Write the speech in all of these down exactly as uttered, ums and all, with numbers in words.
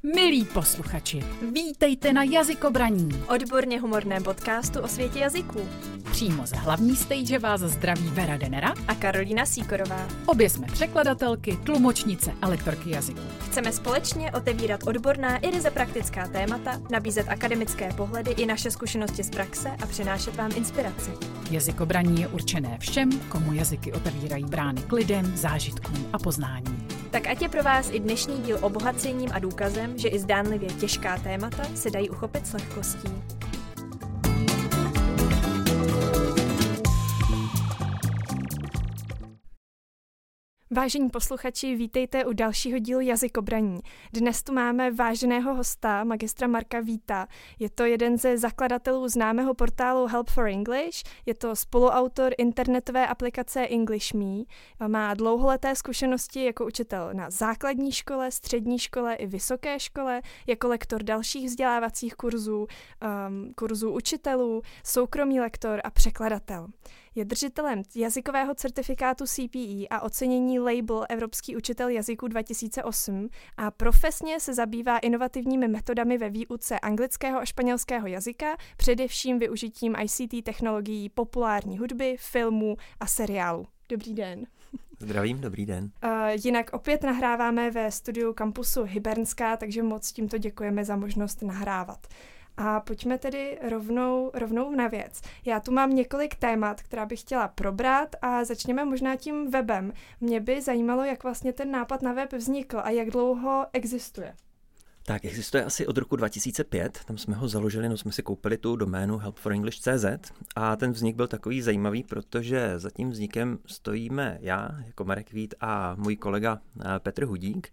Milí posluchači, vítejte na Jazykobraní, odborně humorném podcastu o světě jazyků. Přímo z hlavní stage vás zdraví Vera Denera a Karolína Síkorová. Obě jsme překladatelky, tlumočnice a lektorky jazyků. Chceme společně otevírat odborná i ryze praktická témata, nabízet akademické pohledy i naše zkušenosti z praxe a přinášet vám inspiraci. Jazykobraní je určené všem, komu jazyky otevírají brány k lidem, zážitkům a poznání. Tak ať je pro vás i dnešní díl obohacením a důkazem, že i zdánlivě těžká témata se dají uchopit s lehkostí. Vážení posluchači, vítejte u dalšího dílu Jazykobraní. Dnes tu máme váženého hosta, magistra Marka Víta. Je to jeden ze zakladatelů známého portálu Help for English, je to spoluautor internetové aplikace English Me, má dlouholeté zkušenosti jako učitel na základní škole, střední škole i vysoké škole, jako lektor dalších vzdělávacích kurzů, um, kurzů učitelů, soukromý lektor a překladatel. Je držitelem jazykového certifikátu C P E a ocenění label Evropský učitel jazyků dva tisíce osm a profesně se zabývá inovativními metodami ve výuce anglického a španělského jazyka, především využitím I C T technologií, populární hudby, filmů a seriálů. Dobrý den. Zdravím, dobrý den. Uh, jinak opět nahráváme ve studiu kampusu Hybernská, takže moc tímto děkujeme za možnost nahrávat. A pojďme tedy rovnou, rovnou na věc. Já tu mám několik témat, která bych chtěla probrat a začněme možná tím webem. Mě by zajímalo, jak vlastně ten nápad na web vznikl a jak dlouho existuje. Tak existuje asi od roku dva tisíce pět, tam jsme ho založili, no jsme si koupili tu doménu help for english tečka cé zet a ten vznik byl takový zajímavý, protože za tím vznikem stojíme já, jako Marek Vít a můj kolega Petr Hudík.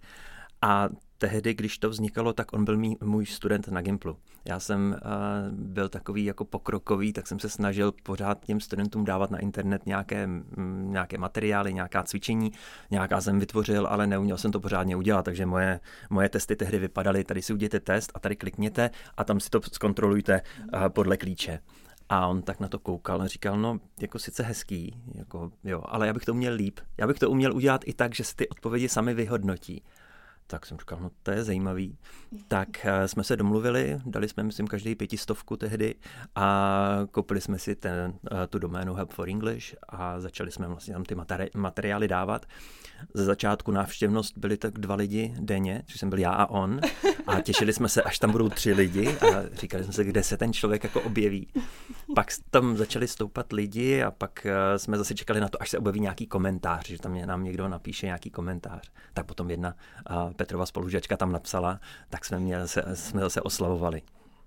A tehdy, když to vznikalo, tak on byl mý, můj student na Gimplu. Já jsem uh, byl takový jako pokrokový, tak jsem se snažil pořád těm studentům dávat na internet nějaké, m, nějaké materiály, nějaká cvičení, nějaká jsem vytvořil, ale neuměl jsem to pořádně udělat, takže moje, moje testy tehdy vypadaly, tady si udějte test a tady klikněte a tam si to zkontrolujte uh, podle klíče. A on tak na to koukal a říkal, no, jako sice hezký, jako, jo, ale já bych to uměl líp. Já bych to uměl udělat i tak, že si ty odpovědi sami vyhodnotí. Tak jsem říkal, no to je zajímavý. Tak jsme se domluvili, dali jsme, myslím, každý pětistovku tehdy a koupili jsme si ten, tu doménu Help for English a začali jsme vlastně tam ty materi- materiály dávat. Ze začátku návštěvnost byly tak dva lidi denně, což jsem byl já a on a těšili jsme se, až tam budou tři lidi a říkali jsme se, kde se ten člověk jako objeví. Pak tam začali stoupat lidi a pak jsme zase čekali na to, až se objeví nějaký komentář, že tam nám někdo napíše nějaký komentář. Tak potom jedna Petrova spolužačka tam napsala, tak jsme, mě zase, jsme zase oslavovali.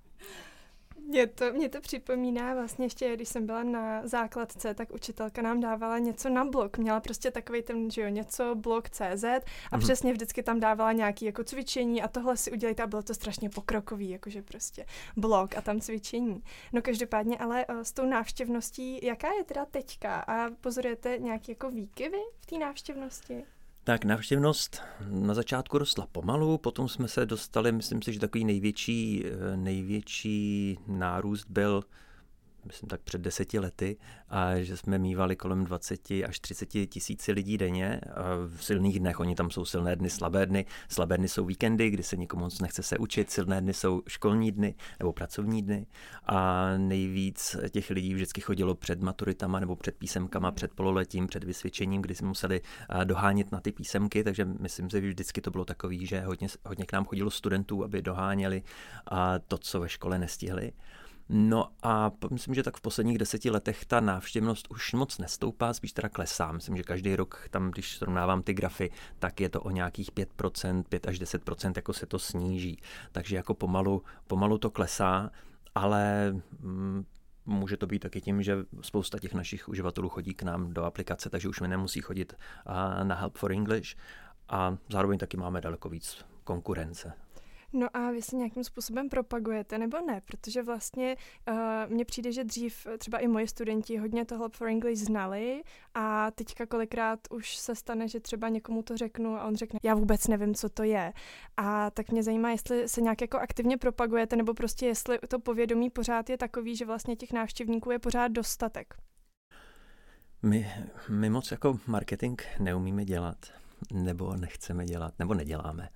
Mě to, mě to připomíná vlastně ještě, když jsem byla na základce, tak učitelka nám dávala něco na blog. Měla prostě takovej ten, že jo, něco blog tečka cé zet a mm-hmm. přesně vždycky tam dávala nějaké jako cvičení a tohle si udělejte a bylo to strašně pokrokový, jakože prostě blog a tam cvičení. No každopádně ale uh, s tou návštěvností, jaká je teda teďka a pozorujete nějaké jako výkyvy v té návštěvnosti? Tak návštěvnost na začátku rostla pomalu, potom jsme se dostali, myslím si, že takový největší, největší nárůst byl, myslím tak před deseti lety, a že jsme mívali kolem dvacet až třicet tisíci lidí denně. V silných dnech, oni tam jsou silné dny, slabé dny. Slabé dny jsou víkendy, kdy se nikomu moc nechce se učit, silné dny jsou školní dny nebo pracovní dny. A nejvíc těch lidí vždycky chodilo před maturitama nebo před písemkama, před pololetím, před vysvědčením, kdy jsme museli dohánět na ty písemky, takže myslím si, že vždycky to bylo takový, že hodně, hodně k nám chodilo studentů, aby doháněli to, co ve škole nestihli. No a myslím, že tak v posledních deseti letech ta návštěvnost už moc nestoupá, spíš teda klesá. Myslím, že každý rok tam, když srovnávám ty grafy, tak je to o nějakých pět procent, pět až deset procent jako se to sníží. Takže jako pomalu, pomalu to klesá, ale mm, může to být taky tím, že spousta těch našich uživatelů chodí k nám do aplikace, takže už mi nemusí chodit na Help for English a zároveň taky máme daleko víc konkurence. No a vy se nějakým způsobem propagujete, nebo ne? Protože vlastně uh, mně přijde, že dřív třeba i moji studenti hodně to Help for English znali a teďka kolikrát už se stane, že třeba někomu to řeknu a on řekne, já vůbec nevím, co to je. A tak mě zajímá, jestli se nějak jako aktivně propagujete, nebo prostě jestli to povědomí pořád je takový, že vlastně těch návštěvníků je pořád dostatek. My, my moc jako marketing neumíme dělat. nebo nechceme dělat, nebo neděláme.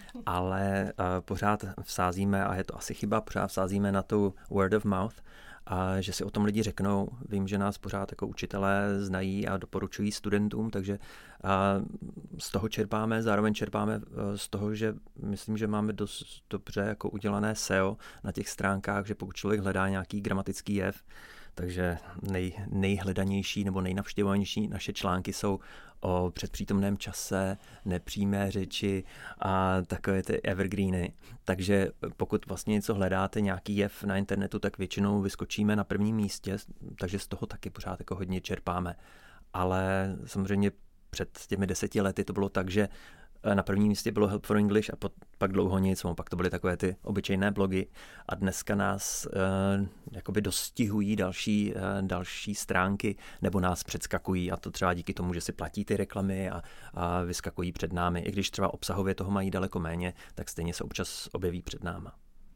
Ale uh, pořád vsázíme, a je to asi chyba, pořád vsázíme na tu word of mouth, a že si o tom lidi řeknou. Vím, že nás pořád jako učitelé znají a doporučují studentům, takže a z toho čerpáme, zároveň čerpáme z toho, že myslím, že máme dost dobře jako udělané S E O na těch stránkách, že pokud člověk hledá nějaký gramatický jev, takže nej, nejhledanější nebo nejnavštěvovanější naše články jsou o předpřítomném čase, nepřímé řeči a takové ty evergreeny. Takže pokud vlastně něco hledáte, nějaký jev na internetu, tak většinou vyskočíme na prvním místě, takže z toho taky pořád jako hodně čerpáme. Ale samozřejmě před těmi deseti lety to bylo tak, že na prvním místě bylo Help for English a pak dlouho nic, pak to byly takové ty obyčejné blogy a dneska nás eh, jakoby dostihují další, eh, další stránky nebo nás předskakují a to třeba díky tomu, že si platí ty reklamy a, a vyskakují před námi. I když třeba obsahově toho mají daleko méně, tak stejně se občas objeví před náma.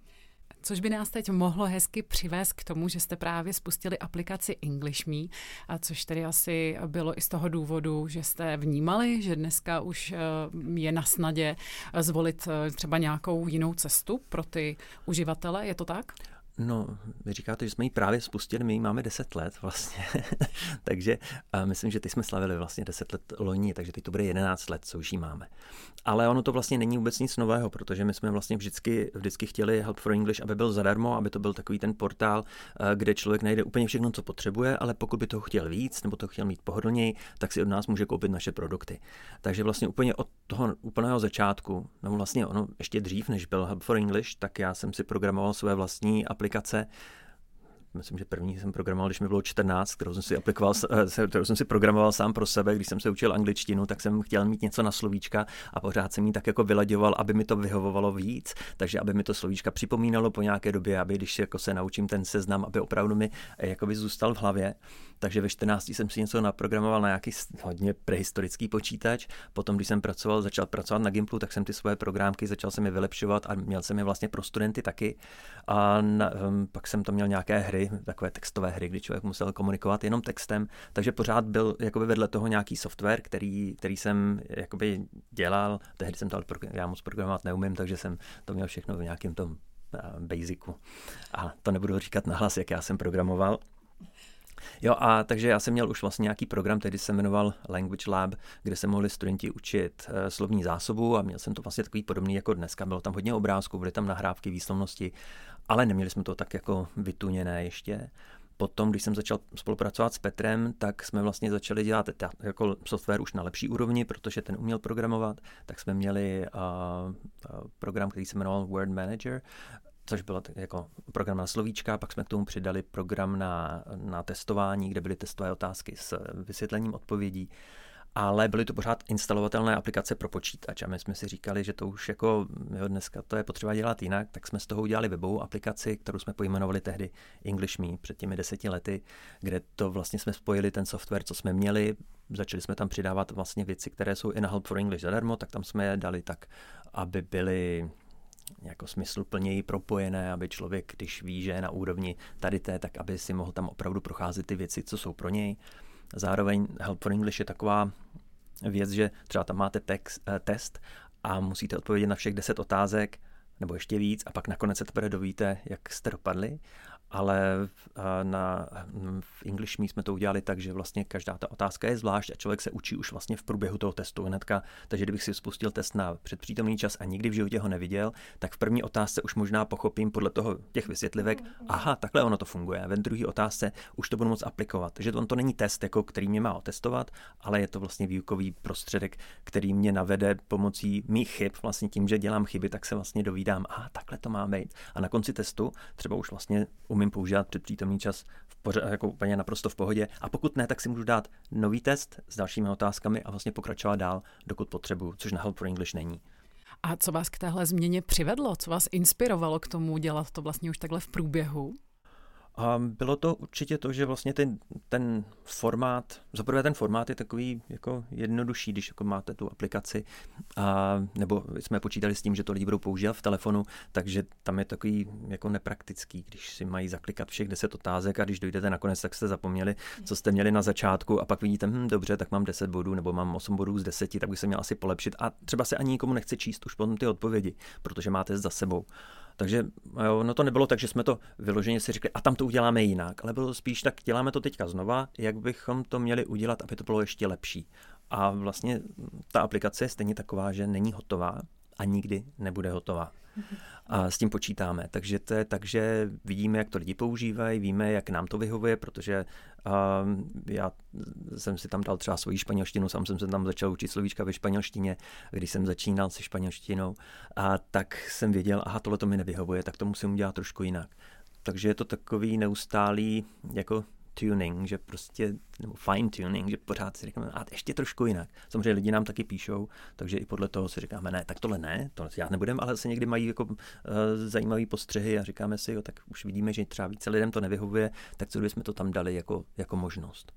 Což by nás teď mohlo hezky přivést k tomu, že jste právě spustili aplikaci EnglishMe, a což tedy asi bylo i z toho důvodu, že jste vnímali, že dneska už je na snadě zvolit třeba nějakou jinou cestu pro ty uživatele. Je to tak? No, vy říkáte, že jsme ji právě spustili, my ji máme deset let vlastně, takže a myslím, že teď jsme slavili vlastně deset let loni, takže teď to bude jedenáct let, co už ji máme. Ale ono to vlastně není vůbec nic nového, protože my jsme vlastně vždycky, vždycky chtěli Help for English, aby byl zadarmo, aby to byl takový ten portál, kde člověk najde úplně všechno, co potřebuje, ale pokud by toho chtěl víc nebo to chtěl mít pohodlněji, tak si od nás může koupit naše produkty. Takže vlastně úplně od toho úplného začátku, nebo vlastně ono ještě dřív, než byl Help for English, tak já jsem si programoval své vlastní aplikace. Myslím, že první jsem programoval, když mi bylo čtrnáct, kterou jsem si aplikoval, kterou jsem si programoval sám pro sebe, když jsem se učil angličtinu, tak jsem chtěl mít něco na slovíčka a pořád jsem jí tak jako vylaďoval, aby mi to vyhovovalo víc, takže aby mi to slovíčka připomínalo po nějaké době, aby když jako se naučím ten seznam, aby opravdu mi jakoby zůstal v hlavě. Takže ve čtrnácti jsem si něco naprogramoval na nějaký hodně prehistorický počítač. Potom, když jsem pracoval, začal pracovat na Gimplu, tak jsem ty svoje programky začal jsem je vylepšovat a měl jsem je vlastně pro studenty taky. A na, um, pak jsem to měl nějaké hry, takové textové hry, kdy člověk musel komunikovat jenom textem. Takže pořád byl jakoby vedle toho nějaký software, který, který jsem jakoby dělal. Tehdy jsem to ale já moc programovat neumím, takže jsem to měl všechno v nějakém tom uh, basicu. A to nebudu říkat nahlas, jak já jsem programoval. Jo, a takže já jsem měl už vlastně nějaký program, který se jmenoval Language Lab, kde se mohli studenti učit uh, slovní zásobu a měl jsem to vlastně takový podobný jako dneska. Bylo tam hodně obrázků, byly tam nahrávky výslovnosti, ale neměli jsme to tak jako vytuněné ještě. Potom, když jsem začal spolupracovat s Petrem, tak jsme vlastně začali dělat ta, jako software už na lepší úrovni, protože ten uměl programovat, tak jsme měli uh, uh, program, který se jmenoval Word Manager, což byl jako program na slovíčka, pak jsme k tomu přidali program na, na testování, kde byly testové otázky s vysvětlením odpovědí, ale byly to pořád instalovatelné aplikace pro počítač a my jsme si říkali, že to už jako jo, dneska to je potřeba dělat jinak, tak jsme z toho udělali webovou aplikaci, kterou jsme pojmenovali tehdy EnglishMe před těmi deseti lety, kde to vlastně jsme spojili ten software, co jsme měli, začali jsme tam přidávat vlastně věci, které jsou i na Help for English zadarmo, tak tam jsme je dali tak, aby byly jako smysluplněji propojené, aby člověk, když ví, že je na úrovni tady té, tak aby si mohl tam opravdu procházet ty věci, co jsou pro něj. Zároveň Help for English je taková věc, že třeba tam máte text, eh, test a musíte odpovědět na všech deset otázek, nebo ještě víc, a pak nakonec se teprve dovíte, jak jste dopadli. Ale na, v EnglishMe jsme to udělali tak, že vlastně každá ta otázka je zvlášť a člověk se učí už vlastně v průběhu toho testu hnedka. Takže kdybych si spustil test na předpřítomný čas a nikdy v životě ho neviděl, tak v první otázce už možná pochopím podle toho těch vysvětlivek, aha, takhle ono to funguje. Ve druhé otázce už to budu moct aplikovat. Takže on to není test, jako který mě má otestovat, ale je to vlastně výukový prostředek, který mě navede pomocí mých chyb, vlastně tím, že dělám chyby, tak se vlastně dovídám, aha, takhle to má být. A na konci testu třeba už vlastně umím používat předpřítomný čas v pořad, jako úplně naprosto v pohodě. A pokud ne, tak si můžu dát nový test s dalšími otázkami a vlastně pokračovat dál, dokud potřebuju, což na Help for English není. A co vás k téhle změně přivedlo? Co vás inspirovalo k tomu dělat to vlastně už takhle v průběhu? A bylo to určitě to, že vlastně ten, ten formát, zaprvé ten formát je takový jako jednodušší, když jako máte tu aplikaci, a, nebo jsme počítali s tím, že to lidi budou používat v telefonu, takže tam je takový jako nepraktický, když si mají zaklikat všech deset otázek a když dojdete nakonec, tak jste zapomněli, co jste měli na začátku a pak vidíte, hm, dobře, tak mám deset bodů nebo mám osm bodů z deseti, tak bych se měl asi polepšit a třeba se ani nikomu nechce číst už potom ty odpovědi, protože máte za sebou. Takže jo, no to nebylo tak, že jsme to vyloženě si řekli, a tam to uděláme jinak, ale bylo spíš tak, děláme to teďka znova, jak bychom to měli udělat, aby to bylo ještě lepší. A vlastně ta aplikace je stejně taková, že není hotová a nikdy nebude hotová. A s tím počítáme. Takže to je tak, že vidíme, jak to lidi používají, víme, jak nám to vyhovuje, protože uh, já jsem si tam dal třeba svoji španělštinu, sám jsem se tam začal učit slovíčka ve španělštině, když jsem začínal se španělštinou, a tak jsem věděl, aha, tohle to mi nevyhovuje, tak to musím udělat trošku jinak. Takže je to takový neustálý jako tuning, že prostě, nebo fine tuning, že pořád si říkáme, a ještě trošku jinak. Samozřejmě lidi nám taky píšou, takže i podle toho si říkáme, ne, tak tohle ne, tohle já nebudem, ale se někdy mají jako uh, zajímavý postřehy a říkáme si, jo, tak už vidíme, že třeba více lidem to nevyhovuje, tak co kdybychom to tam dali jako, jako možnost.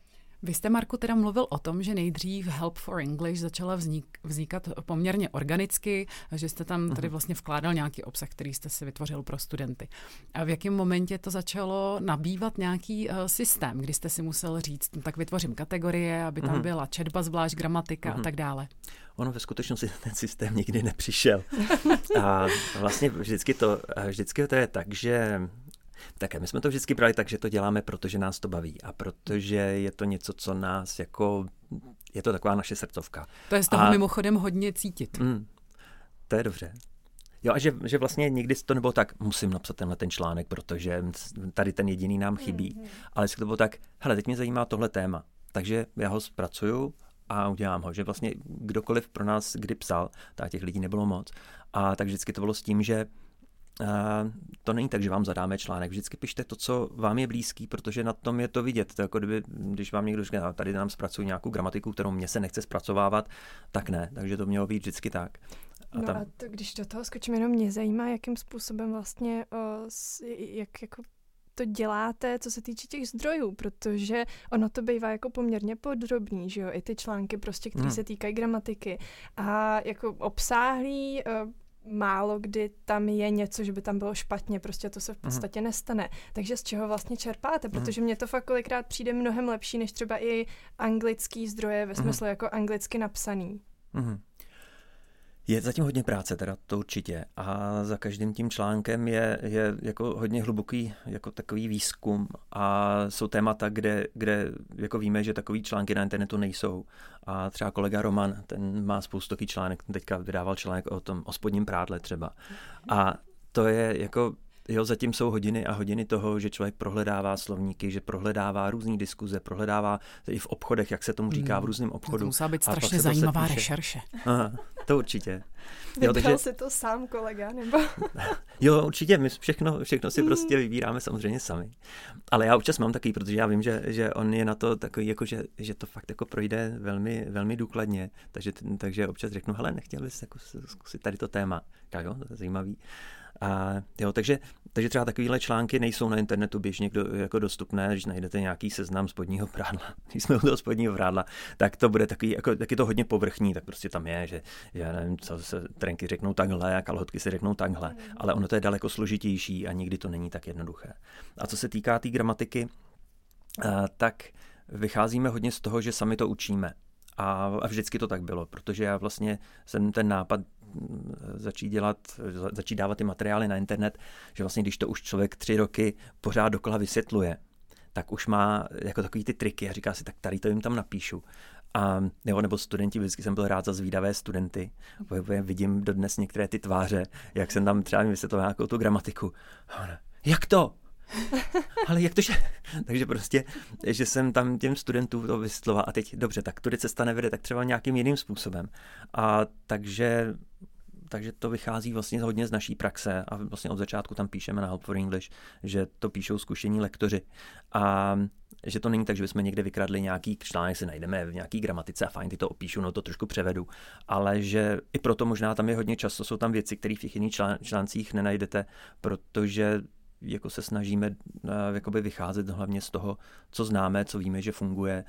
Vy jste, Marku, teda mluvil o tom, že nejdřív Help for English začala vznik, vznikat poměrně organicky, že jste tam tady vlastně vkládal nějaký obsah, který jste si vytvořil pro studenty. A v jakém momentě to začalo nabývat nějaký uh, systém, kdy jste si musel říct, no, tak vytvořím kategorie, aby tam byla četba, zvlášť gramatika a tak dále? Ono ve skutečnosti ten systém nikdy nepřišel. A vlastně vždycky to, vždycky to je tak, že tak my jsme to vždycky brali tak, že to děláme, protože nás to baví a protože je to něco, co nás jako, je to taková naše srdcovka. To je z toho a, mimochodem hodně cítit. Mm, to je dobře. Jo, a že, že vlastně nikdy to nebylo tak, musím napsat tenhle ten článek, protože tady ten jediný nám chybí. Mm, mm. Ale to bylo tak, hele, teď mě zajímá tohle téma, takže já ho zpracuju a udělám ho. Že vlastně kdokoliv pro nás kdy psal, tak těch lidí nebylo moc. A tak vždycky to bylo s tím, že Uh, to není tak, že vám zadáme článek. Vždycky pište to, co vám je blízký, protože na tom je to vidět. To jako kdyby, když vám někdo řekne, tady nám zpracují nějakou gramatiku, kterou mě se nechce zpracovávat, tak ne. Takže to mělo být vždycky tak. A no tam... a to, když do toho skočím, jenom mě zajímá, jakým způsobem vlastně, o, s, jak jako to děláte, co se týče těch zdrojů, protože ono to bývá jako poměrně podrobný, že jo, i ty články prostě, které hmm. se týkají gramatiky a jako obsáhlý, málo kdy tam je něco, že by tam bylo špatně, prostě to se v podstatě mm. nestane. Takže z čeho vlastně čerpáte? Protože mně to fakt kolikrát přijde mnohem lepší, než třeba i anglický zdroje, ve smyslu mm. jako anglicky napsaný. Mm. Je zatím hodně práce, teda to určitě. A za každým tím článkem je, je jako hodně hluboký jako takový výzkum a jsou témata, kde, kde jako víme, že takový články na internetu nejsou. A třeba kolega Roman, ten má spoustu takový článek, teďka vydával článek o tom o spodním prádle třeba. A to je jako jo, zatím jsou hodiny a hodiny toho, že člověk prohledává slovníky, že prohledává různý diskuze, prohledává i v obchodech, jak se tomu říká v různém obchodu. To musela být strašně zajímavá rešerše. Aha, to určitě. Vybral takže... si to sám, kolega, nebo? Jo, určitě, my všechno, všechno si prostě vybíráme samozřejmě sami. Ale já občas mám takový, protože já vím, že, že on je na to takový, jako že, že to fakt jako projde velmi, velmi důkladně. Takže, takže občas řeknu, hele, nechtěl bys jako zkusit tady to téma. Tak jo, to je zajímavý. A jo, takže, takže třeba takovýhle články nejsou na internetu běžně do, jako dostupné, když najdete nějaký seznam spodního prádla, když jsme u toho spodního prádla, tak to bude takový, jako, taky to hodně povrchní, tak prostě tam je, že já nevím, co se trenky řeknou takhle a kalhotky se řeknou takhle, ale ono to je daleko složitější a nikdy to není tak jednoduché. A co se týká té tý gramatiky, tak vycházíme hodně z toho, že sami to učíme. A, a vždycky to tak bylo, protože já vlastně jsem ten nápad začít dělat, začít dávat ty materiály na internet, že vlastně když to už člověk tři roky pořád dokola vysvětluje, tak už má jako takový ty triky a říká si, tak tady to jim tam napíšu. A nebo, nebo studenti, vždycky jsem byl rád za zvídavé studenty. Vidím dodnes některé ty tváře, jak jsem tam třeba vysvětloval nějakou tu gramatiku. Jak to? Ale jak to, že... Takže prostě, že jsem tam těm studentům to vysvětloval a teď, dobře, tak tudy cesta nevede, tak třeba nějakým jiným způsobem. A takže, takže to vychází vlastně hodně z naší praxe a vlastně od začátku tam píšeme na Help for English, že to píšou zkušení lektoři a že to není tak, že bychom někde vykradli nějaký článek, si najdeme v nějaký gramatice a fajn, ty to opíšu, no to trošku převedu, ale že i proto možná tam je hodně často, jsou tam věci, které v těch jiných člán, článcích nenajdete, protože jako se snažíme uh, jakoby vycházet hlavně z toho, co známe, co víme, že funguje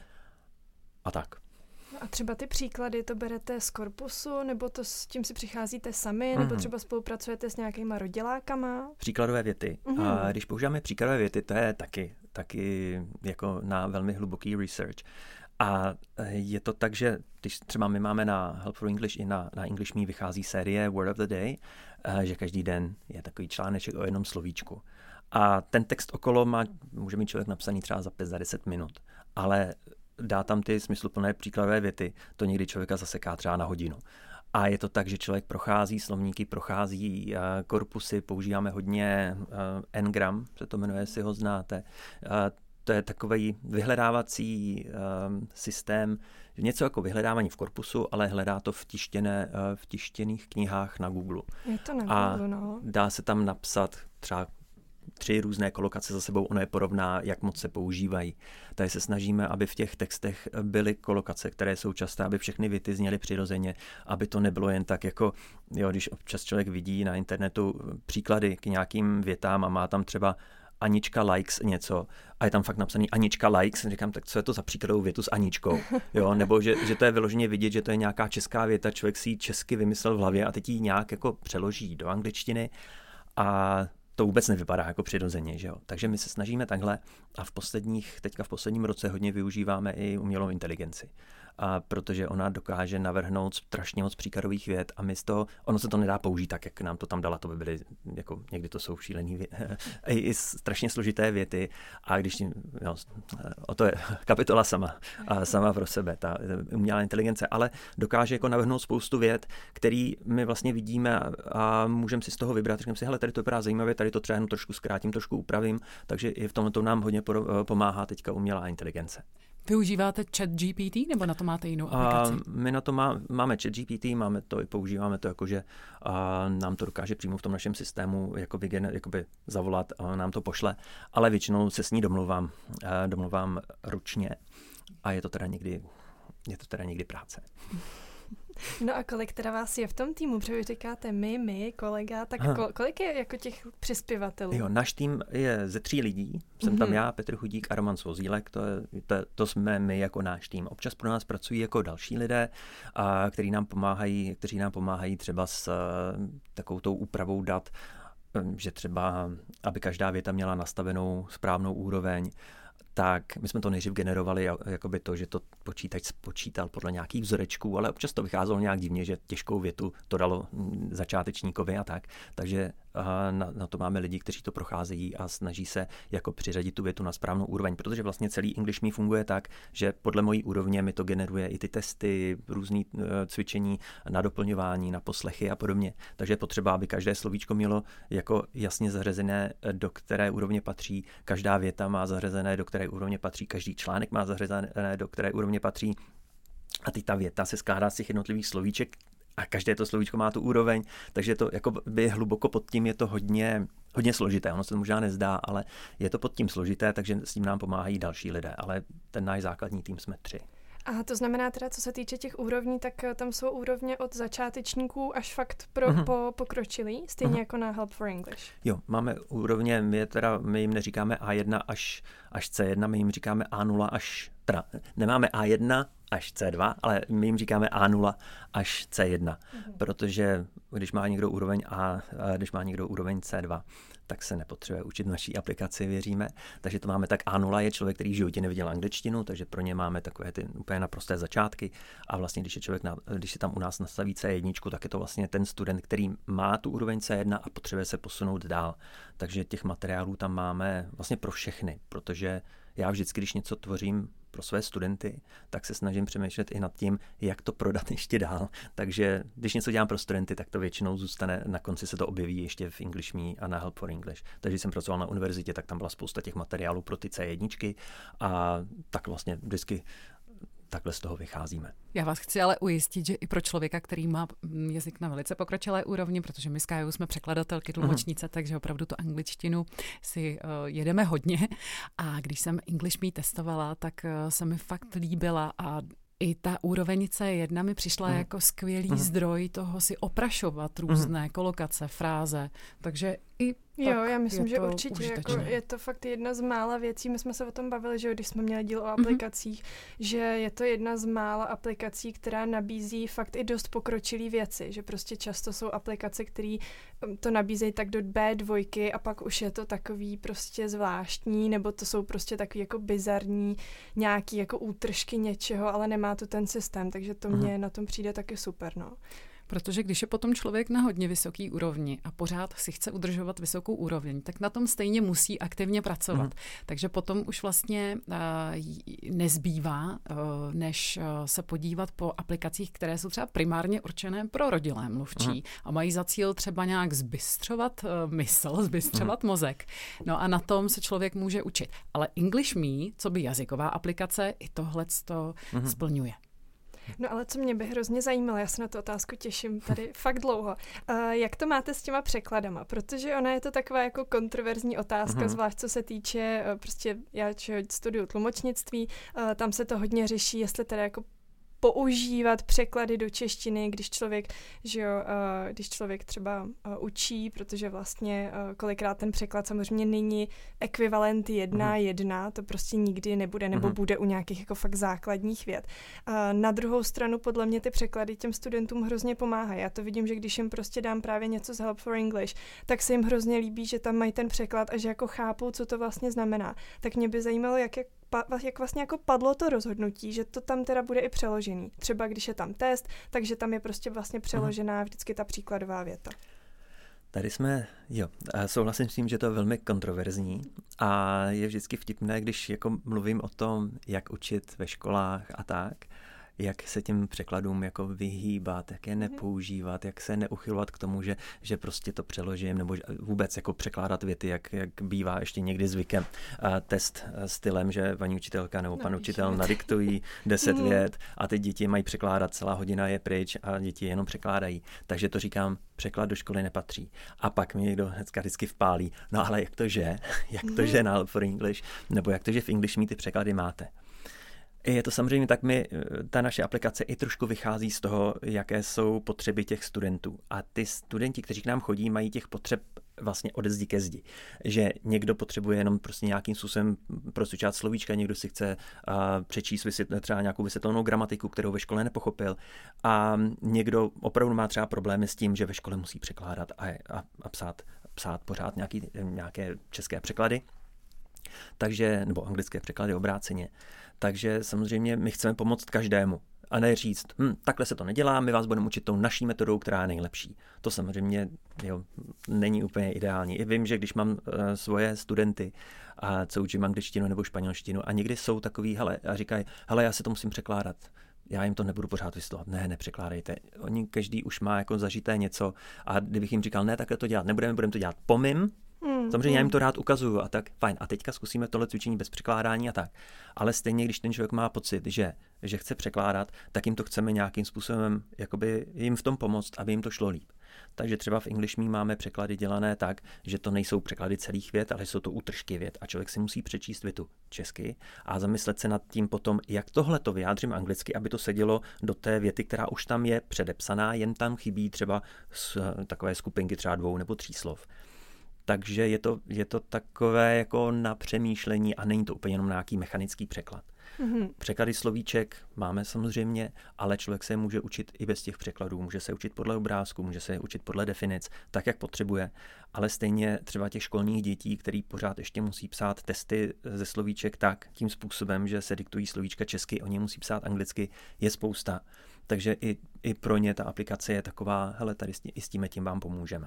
a tak. A třeba ty příklady to berete z korpusu, nebo to s tím si přicházíte sami, mm-hmm. nebo třeba spolupracujete s nějakýma rodillákama? Příkladové věty. Mm-hmm. A když používáme příkladové věty, to je taky, taky jako na velmi hluboký research. A je to tak, že když třeba my máme na Help for English i na, na English Me vychází série Word of the Day, že každý den je takový článeček o jednom slovíčku. A ten text okolo má, může mít člověk napsaný třeba za pět, za deset minut, ale dá tam ty smysluplné příkladové věty, to někdy člověka zaseká třeba na hodinu. A je to tak, že člověk prochází slovníky, prochází uh, korpusy, používáme hodně uh, Ngram, se to jmenuje, jestli ho znáte. Uh, to je takový vyhledávací um, systém, něco jako vyhledávání v korpusu, ale hledá to v, tištěné, uh, v tištěných knihách na Google. Je to na A Google, no. Dá se tam napsat třeba tři různé kolokace za sebou, ono je porovná, jak moc se používají. Tady se snažíme, aby v těch textech byly kolokace, které jsou časté, aby všechny věty zněly přirozeně, aby to nebylo jen tak jako, jo, když občas člověk vidí na internetu příklady k nějakým větám a má tam třeba Anička likes něco a je tam fakt napsaný Anička likes, říkám, tak co je to za příkladovou větu s Aničkou, jo, nebo že, že to je vyloženě vidět, že to je nějaká česká věta, člověk si ji česky vymyslel v hlavě a teď ji nějak jako přeloží do angličtiny a to vůbec nevypadá jako přirozeně, že jo. Takže my se snažíme takhle a v posledních, teďka v posledním roce hodně využíváme i umělou inteligenci. A protože ona dokáže navrhnout strašně moc příkladových vět a my z toho, ono se to nedá použít tak, jak nám to tam dala, to by byly, jako někdy to jsou šílený vě- i, i strašně složité věty a když, no, o to je kapitola sama, a sama pro sebe, ta umělá inteligence, ale dokáže jako navrhnout spoustu vět, který my vlastně vidíme a, a můžeme si z toho vybrat, říkám si, hele, tady to vypadá zajímavě, tady to třeba jenom trošku zkrátím, trošku upravím, takže i v tomto nám hodně pomáhá teďka umělá inteligence. Využíváte ChatGPT nebo na to máte jinou aplikaci? A my na to má, máme ChatGPT, máme to, používáme to jako, že a nám to dokáže přímo v tom našem systému jako vygener, jakoby zavolat a nám to pošle, ale většinou se s ní domluvám, domluvám ručně a je to teda někdy, je to teda někdy práce. No a kolik teda vás je v tom týmu? Protože vy říkáte my, my, kolega, tak kol, kolik je jako těch přispěvatelů? Jo, náš tým je ze tří lidí. Jsem mm-hmm. tam já, Petr Chudík a Roman Svozílek, to, je, to, to jsme my jako náš tým. Občas pro nás pracují jako další lidé, a který nám pomáhají, kteří nám pomáhají třeba s uh, takovou tou úpravou dat, um, že třeba, aby každá věta měla nastavenou správnou úroveň, tak my jsme to nejdřív generovali jakoby to, že to počítač spočítal podle nějakých vzorečků, ale občas to vycházelo nějak divně, že těžkou větu to dalo začátečníkovi a tak. Takže na, na to máme lidi, kteří to procházejí a snaží se jako přiřadit tu větu na správnou úroveň, protože vlastně celý English Me funguje tak, že podle mojí úrovně mi to generuje i ty testy, různý uh, cvičení na doplňování, na poslechy a podobně. Takže je potřeba, aby každé slovíčko mělo jako jasně zařazené, do které úrovně patří, každá věta má zařazené, do které úrovně patří, každý článek má zařazené, do které úrovně patří. A teď ta věta se skládá z těch jednotlivých slovíček a každé to slovíčko má tu úroveň, takže to jako by hluboko pod tím je to hodně, hodně složité. Ono se to možná nezdá, ale je to pod tím složité, takže s tím nám pomáhají další lidé, ale ten náš základní tým jsme tři. A to znamená teda, co se týče těch úrovní, tak tam jsou úrovně od začátečníků až fakt pro uh-huh. po pokročilý, stejně uh-huh. jako na Help for English. Jo, máme úrovně, my, teda, my jim neříkáme á jedna až, až cé jedna, my jim říkáme á nula až, teda nemáme á jedna až cé dva, ale my jim říkáme á nula až cé jedna, uh-huh. protože když má někdo úroveň A, když má někdo úroveň cé dva, tak se nepotřebuje učit naší aplikaci, věříme. Takže to máme tak á nula je člověk, který v životě neviděl angličtinu, takže pro ně máme takové ty úplně naprosté začátky. A vlastně, když je člověk, na, když se tam u nás nastaví cé jedna, tak je to vlastně ten student, který má tu úroveň cé jedna a potřebuje se posunout dál. Takže těch materiálů tam máme vlastně pro všechny, protože já vždycky, když něco tvořím pro své studenty, tak se snažím přemýšlet i nad tím, jak to prodat ještě dál. Takže když něco dělám pro studenty, tak to většinou zůstane, na konci se to objeví ještě v English Me a na Help for English. Takže když jsem pracoval na univerzitě, tak tam byla spousta těch materiálů pro ty cé jedna a tak vlastně vždycky takhle z toho vycházíme. Já vás chci ale ujistit, že i pro člověka, který má jazyk na velice pokročilé úrovni, protože my s Kájou jsme překladatelky, tlumočnice, mm. takže opravdu tu angličtinu si uh, jedeme hodně. A když jsem English Me testovala, tak uh, se mi fakt líbila a i ta úroveň cé jedna mi přišla mm. jako skvělý mm. zdroj toho si oprašovat různé mm. kolokace, fráze. Takže i Jo, já myslím, že určitě. Jako je to fakt jedna z mála věcí. My jsme se o tom bavili, že když jsme měli díl o aplikacích, mm-hmm. že je to jedna z mála aplikací, která nabízí fakt i dost pokročilý věci. Že prostě často jsou aplikace, které to nabízejí tak do bé dva a pak už je to takový prostě zvláštní, nebo to jsou prostě takový jako bizarní nějaký jako útržky něčeho, ale nemá to ten systém, takže to mně mm-hmm. na tom přijde taky super, no. Protože když je potom člověk na hodně vysoký úrovni a pořád si chce udržovat vysokou úroveň, tak na tom stejně musí aktivně pracovat. Mm. Takže potom už vlastně uh, nezbývá, uh, než uh, se podívat po aplikacích, které jsou třeba primárně určené pro rodilé mluvčí mm. a mají za cíl třeba nějak zbystřovat uh, mysl, zbystřovat mm. mozek. No a na tom se člověk může učit. Ale English Me, co by jazyková aplikace, i tohleto mm. splňuje. No ale co mě by hrozně zajímalo, já se na tu otázku těším tady fakt dlouho. Uh, jak to máte s těma překladama? Protože ona je to taková jako kontroverzní otázka, mm-hmm. zvlášť co se týče, uh, prostě já studuju tlumočnictví, uh, tam se to hodně řeší, jestli teda jako používat překlady do češtiny, když člověk, že jo, uh, když člověk třeba uh, učí, protože vlastně uh, kolikrát ten překlad samozřejmě není ekvivalent jedna uh-huh. jedna, to prostě nikdy nebude, nebo uh-huh. bude u nějakých jako fakt základních vět. Uh, na druhou stranu podle mě ty překlady těm studentům hrozně pomáhají. Já to vidím, že když jim prostě dám právě něco z Help for English, tak se jim hrozně líbí, že tam mají ten překlad a že jako chápou, co to vlastně znamená. Tak mě by zajímalo, jak je jak vlastně jako padlo to rozhodnutí, že to tam teda bude i přeložený. Třeba když je tam test, takže tam je prostě vlastně přeložená vždycky ta příkladová věta. Tady jsme, jo, souhlasím s tím, že to je velmi kontroverzní a je vždycky vtipné, když jako mluvím o tom, jak učit ve školách a tak, jak se těm překladům jako vyhýbat, jak je nepoužívat, jak se neuchylovat k tomu, že, že prostě to přeložím, nebo vůbec jako překládat věty, jak, jak bývá ještě někdy zvykem. A test stylem, že paní učitelka nebo pan učitel nadiktují deset vět a ty děti mají překládat, celá hodina je pryč a děti jenom překládají. Takže to říkám, překlad do školy nepatří. A pak mi někdo hnedka vždycky vpálí, no ale jak to že? Jak to že na Help for English? Nebo jak to, že v English Me ty překlady máte? Je to samozřejmě tak, my, ta naše aplikace i trošku vychází z toho, jaké jsou potřeby těch studentů. A ty studenti, kteří k nám chodí, mají těch potřeb vlastně ode zdi ke zdi. Že někdo potřebuje jenom prostě nějakým způsobem prostučát slovíčka, někdo si chce uh, přečíst vysvětl, třeba nějakou vysvětlenou gramatiku, kterou ve škole nepochopil. A někdo opravdu má třeba problémy s tím, že ve škole musí překládat a, a, a psát, psát pořád nějaký, nějaké české překlady. Takže, nebo anglické překlady obráceně. Takže samozřejmě my chceme pomoct každému a ne říct, hm, takhle se to nedělá, my vás budeme učit tou naší metodou, která je nejlepší. To samozřejmě jo, není úplně ideální. I vím, že když mám uh, svoje studenty, a co učím angličtinu nebo španělštinu a někdy jsou takový, hele, a říkají, hele, já si to musím překládat. Já jim to nebudu pořád vysvětlovat. Ne, nepřekládejte. Oni každý už má jako zažité něco a kdybych jim říkal, ne, takhle to dělat nebudeme, budeme to dělat po mým, Hmm, Samozřejmě hmm. já jim to rád ukazuju a tak, fajn. A teďka zkusíme tohle cvičení bez překládání a tak. Ale stejně, když ten člověk má pocit, že, že chce překládat, tak jim to chceme nějakým způsobem jakoby jim v tom pomoct, aby jim to šlo líp. Takže třeba v English Me máme překlady dělané tak, že to nejsou překlady celých vět, ale jsou to útržky vět a člověk si musí přečíst větu česky a zamyslet se nad tím potom, jak tohle to vyjádřím anglicky, aby to sedělo do té věty, která už tam je předepsaná, jen tam chybí třeba z takové skupinky třeba dvou nebo tří slov. Takže je to, je to takové jako na přemýšlení a není to úplně jenom nějaký mechanický překlad. Mm-hmm. Překlady slovíček máme samozřejmě, ale člověk se může učit i bez těch překladů. Může se učit podle obrázku, může se učit podle definic, tak, jak potřebuje. Ale stejně třeba těch školních dětí, který pořád ještě musí psát testy ze slovíček tak, tím způsobem, že se diktují slovíčka česky, oni musí psát anglicky, je spousta. Takže i, i pro ně ta aplikace je taková, hele, tady i s tím, tím vám pomůžeme.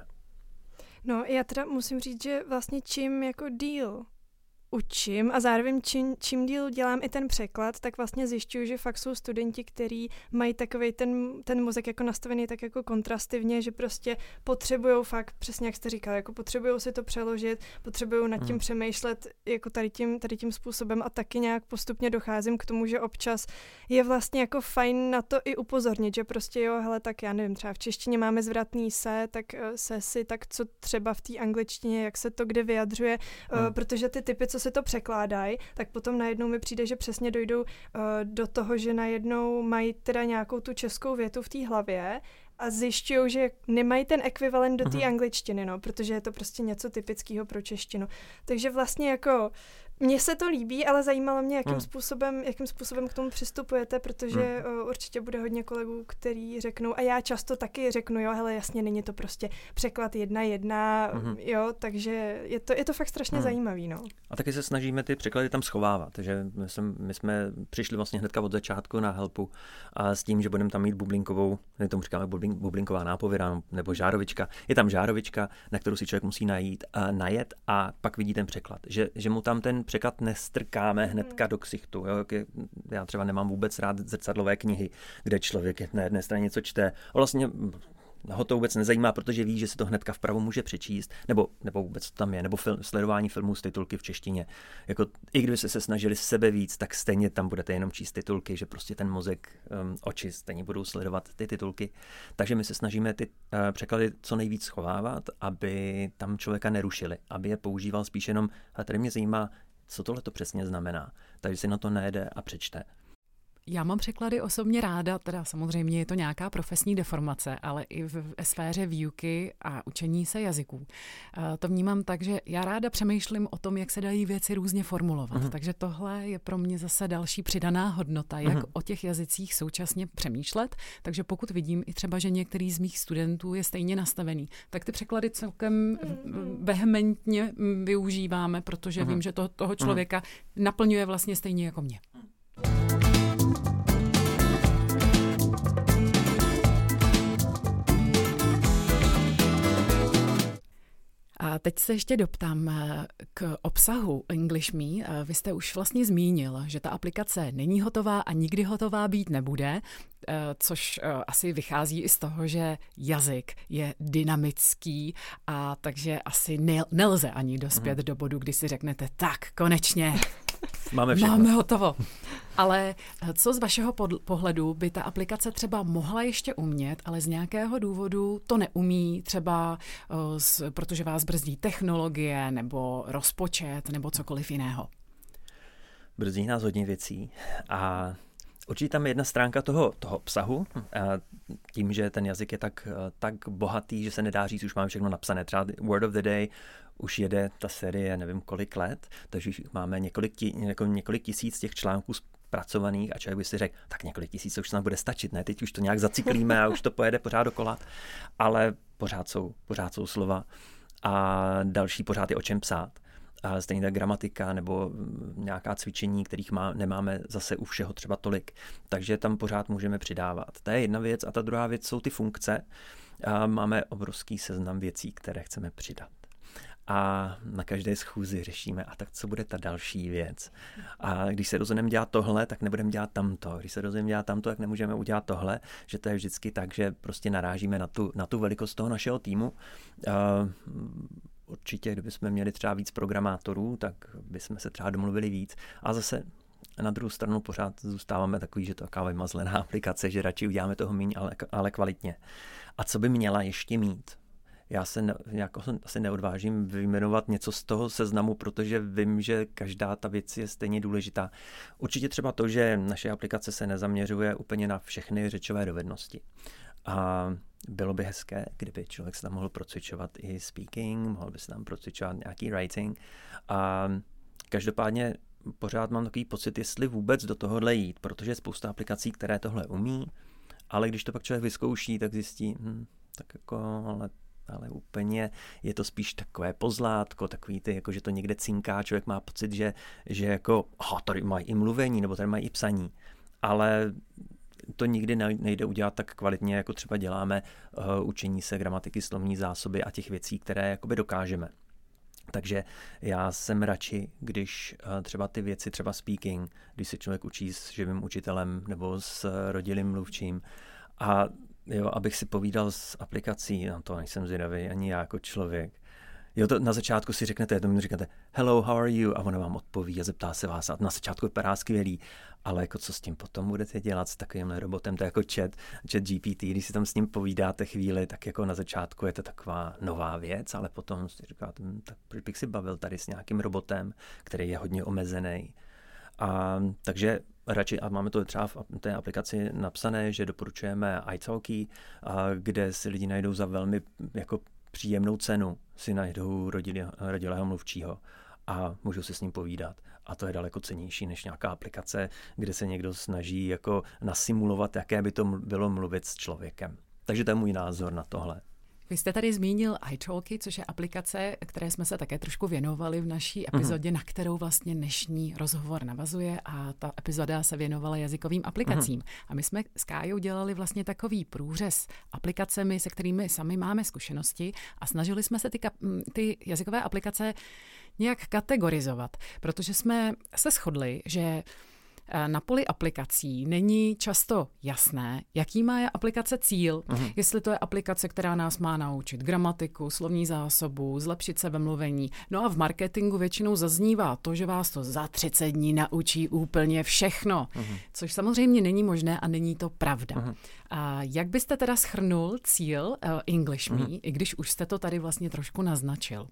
No, já teda musím říct, že vlastně čím jako díl učím a zároveň čím, čím díl dělám i ten překlad, tak vlastně zjišťuju, že fakt jsou studenti, kteří mají takovej ten, ten mozek jako nastavený tak jako kontrastivně, že prostě potřebujou fakt, přesně jak jste říkal, jako potřebujou si to přeložit, potřebujou nad tím hmm. přemýšlet jako tady tím, tady tím způsobem a taky nějak postupně docházím k tomu, že občas je vlastně jako fajn na to i upozornit, že prostě jo, hele, tak já nevím, třeba v češtině máme zvratný se, tak se si, tak co třeba v té angličtině, jak se to kde vyjadřuje, hmm. uh, protože ty typy, co se to překládají, tak potom najednou mi přijde, že přesně dojdou uh, do toho, že najednou mají teda nějakou tu českou větu v té hlavě a zjišťují, že nemají ten ekvivalent do té uh-huh. angličtiny, no, protože je to prostě něco typického pro češtinu. Takže vlastně jako mně se to líbí, ale zajímalo mě, jakým, hmm. způsobem, jakým způsobem k tomu přistupujete, protože hmm. uh, určitě bude hodně kolegů, který řeknou, a já často taky řeknu, jo, hele, jasně, není to prostě překlad jedna jedna, hmm. jo, takže je to, je to fakt strašně hmm. zajímavý, no. A taky se snažíme ty překlady tam schovávat, takže my, jsem, my jsme přišli vlastně hnedka od začátku na Helpu a s tím, že budeme tam mít bublinkovou, my tomu říkáme bublin, bublinková nápověda nebo žárovička, je tam žárovička, na kterou si člověk musí najít, a najet a pak vidí ten překlad, že, že mu tam ten překlad nestrkáme hnedka do ksichtu. Jo? Já třeba nemám vůbec rád zrcadlové knihy, kde člověk na jedné straně něco čte. A vlastně ho to vůbec nezajímá, protože ví, že se to hnedka vpravo může přečíst, nebo, nebo vůbec to tam je, nebo fil, sledování filmů z titulky v češtině. Jako, i kdyby se, se snažili sebe víc, tak stejně tam budete jenom číst titulky, že prostě ten mozek, um, oči stejně budou sledovat ty titulky. Takže my se snažíme ty uh, překlady co nejvíc schovávat, aby tam člověka nerušili, aby je používal spíš jenom, ale tady mě zajímá, co tohle to přesně znamená. Takže si na to najde a přečte. Já mám překlady osobně ráda, teda samozřejmě je to nějaká profesní deformace, ale i v sféře výuky a učení se jazyků. To vnímám tak, že já ráda přemýšlím o tom, jak se dají věci různě formulovat. Uh-huh. Takže tohle je pro mě zase další přidaná hodnota, jak uh-huh. o těch jazycích současně přemýšlet. Takže pokud vidím i třeba, že některý z mých studentů je stejně nastavený, tak ty překlady celkem uh-huh. vehementně využíváme, protože uh-huh. vím, že to, toho člověka uh-huh. naplňuje vlastně stejně jako mě. A teď se ještě doptám k obsahu English Me. Vy jste už vlastně zmínil, že ta aplikace není hotová a nikdy hotová být nebude, což asi vychází i z toho, že jazyk je dynamický a takže asi nelze ani dospět mm. do bodu, kdy si řeknete, tak konečně máme, máme hotovo. Ale co z vašeho pohledu by ta aplikace třeba mohla ještě umět, ale z nějakého důvodu to neumí, třeba z, protože vás brzdí technologie nebo rozpočet nebo cokoliv jiného? Brzdí nás hodně věcí a určitě tam je jedna stránka toho, toho obsahu, tím, že ten jazyk je tak, tak bohatý, že se nedá říct, už máme všechno napsané. Třeba Word of the Day už jede ta série nevím kolik let, takže už máme několik, jako několik tisíc těch článků zpracovaných a člověk by si řekl, tak několik tisíc už snad bude stačit, ne? Teď už to nějak zacyklíme a už to pojede pořád dokola, ale pořád jsou, pořád jsou slova a další pořád je o čem psát. A stejně tak gramatika nebo nějaká cvičení, kterých má, nemáme zase u všeho třeba tolik. Takže tam pořád můžeme přidávat. To je jedna věc. A ta druhá věc jsou ty funkce. A máme obrovský seznam věcí, které chceme přidat. A na každé schůzi řešíme, a tak co bude ta další věc. A když se rozhodneme dělat tohle, tak nebudeme dělat tamto. Když se rozhodneme dělat tamto, tak nemůžeme udělat tohle, že to je vždycky tak, že prostě narážíme na tu, na tu velikost toho našeho týmu. Uh, Určitě, kdybychom měli třeba víc programátorů, tak bychom se třeba domluvili víc. A zase na druhou stranu pořád zůstáváme takový, že to je taková vymazlená aplikace, že radši uděláme toho míň, ale, ale kvalitně. A co by měla ještě mít? Já se ne, jako asi neodvážím vyjmenovat něco z toho seznamu, protože vím, že každá ta věc je stejně důležitá. Určitě třeba to, že naše aplikace se nezaměřuje úplně na všechny řečové dovednosti. A bylo by hezké, kdyby člověk se tam mohl procvičovat i speaking, mohl by se tam procvičovat nějaký writing. A každopádně pořád mám takový pocit, jestli vůbec do tohohle jít, protože je spousta aplikací, které tohle umí, ale když to pak člověk vyzkouší, tak zjistí, hm, tak jako, ale, ale úplně je to spíš takové pozlátko, takový ty, jako že to někde cinká, člověk má pocit, že, že jako, aha, tady mají i mluvení, nebo tady mají i psaní, ale to nikdy nejde udělat tak kvalitně, jako třeba děláme uh, učení se gramatiky, slovní zásoby a těch věcí, které jakoby dokážeme. Takže já jsem radši, když uh, třeba ty věci, třeba speaking, když se člověk učí s živým učitelem nebo s rodilým mluvčím a jo, abych si povídal s aplikací, na to nejsem zvědavý ani já jako člověk. Jo, to na začátku si řeknete, to mi říkáte hello, how are you? A ona vám odpoví a zeptá se vás. A na začátku vypadá skvělý, ale jako co s tím potom budete dělat s takovýmhle robotem, to je jako chat, chat G P T, když si tam s ním povídáte chvíli, tak jako na začátku je to taková nová věc, ale potom si říkáte, tak proč bych si bavil tady s nějakým robotem, který je hodně omezený. A takže radši, a máme to třeba v té aplikaci napsané, že doporučujeme italki, kde si lidi najdou za velmi jako příjemnou cenu, si najdou rodilého mluvčího a můžou si s ním povídat. A to je daleko cennější než nějaká aplikace, kde se někdo snaží jako nasimulovat, jaké by to bylo mluvit s člověkem. Takže to je můj názor na tohle. Vy jste tady zmínil italki, což je aplikace, které jsme se také trošku věnovali v naší epizodě, mm-hmm. na kterou vlastně dnešní rozhovor navazuje, a ta epizoda se věnovala jazykovým aplikacím. Mm-hmm. A my jsme s Kájou dělali vlastně takový průřez aplikacemi, se kterými sami máme zkušenosti, a snažili jsme se ty, ty jazykové aplikace nějak kategorizovat, protože jsme se shodli, že na poli aplikací není často jasné, jaký má je aplikace cíl. Uhum. Jestli to je aplikace, která nás má naučit gramatiku, slovní zásobu, zlepšit sebemluvení. No a v marketingu většinou zaznívá to, že vás to za třicet dní naučí úplně všechno. Uhum. Což samozřejmě není možné a není to pravda. Uhum. A jak byste teda shrnul cíl uh, English Me, uhum. i když už jste to tady vlastně trošku naznačil?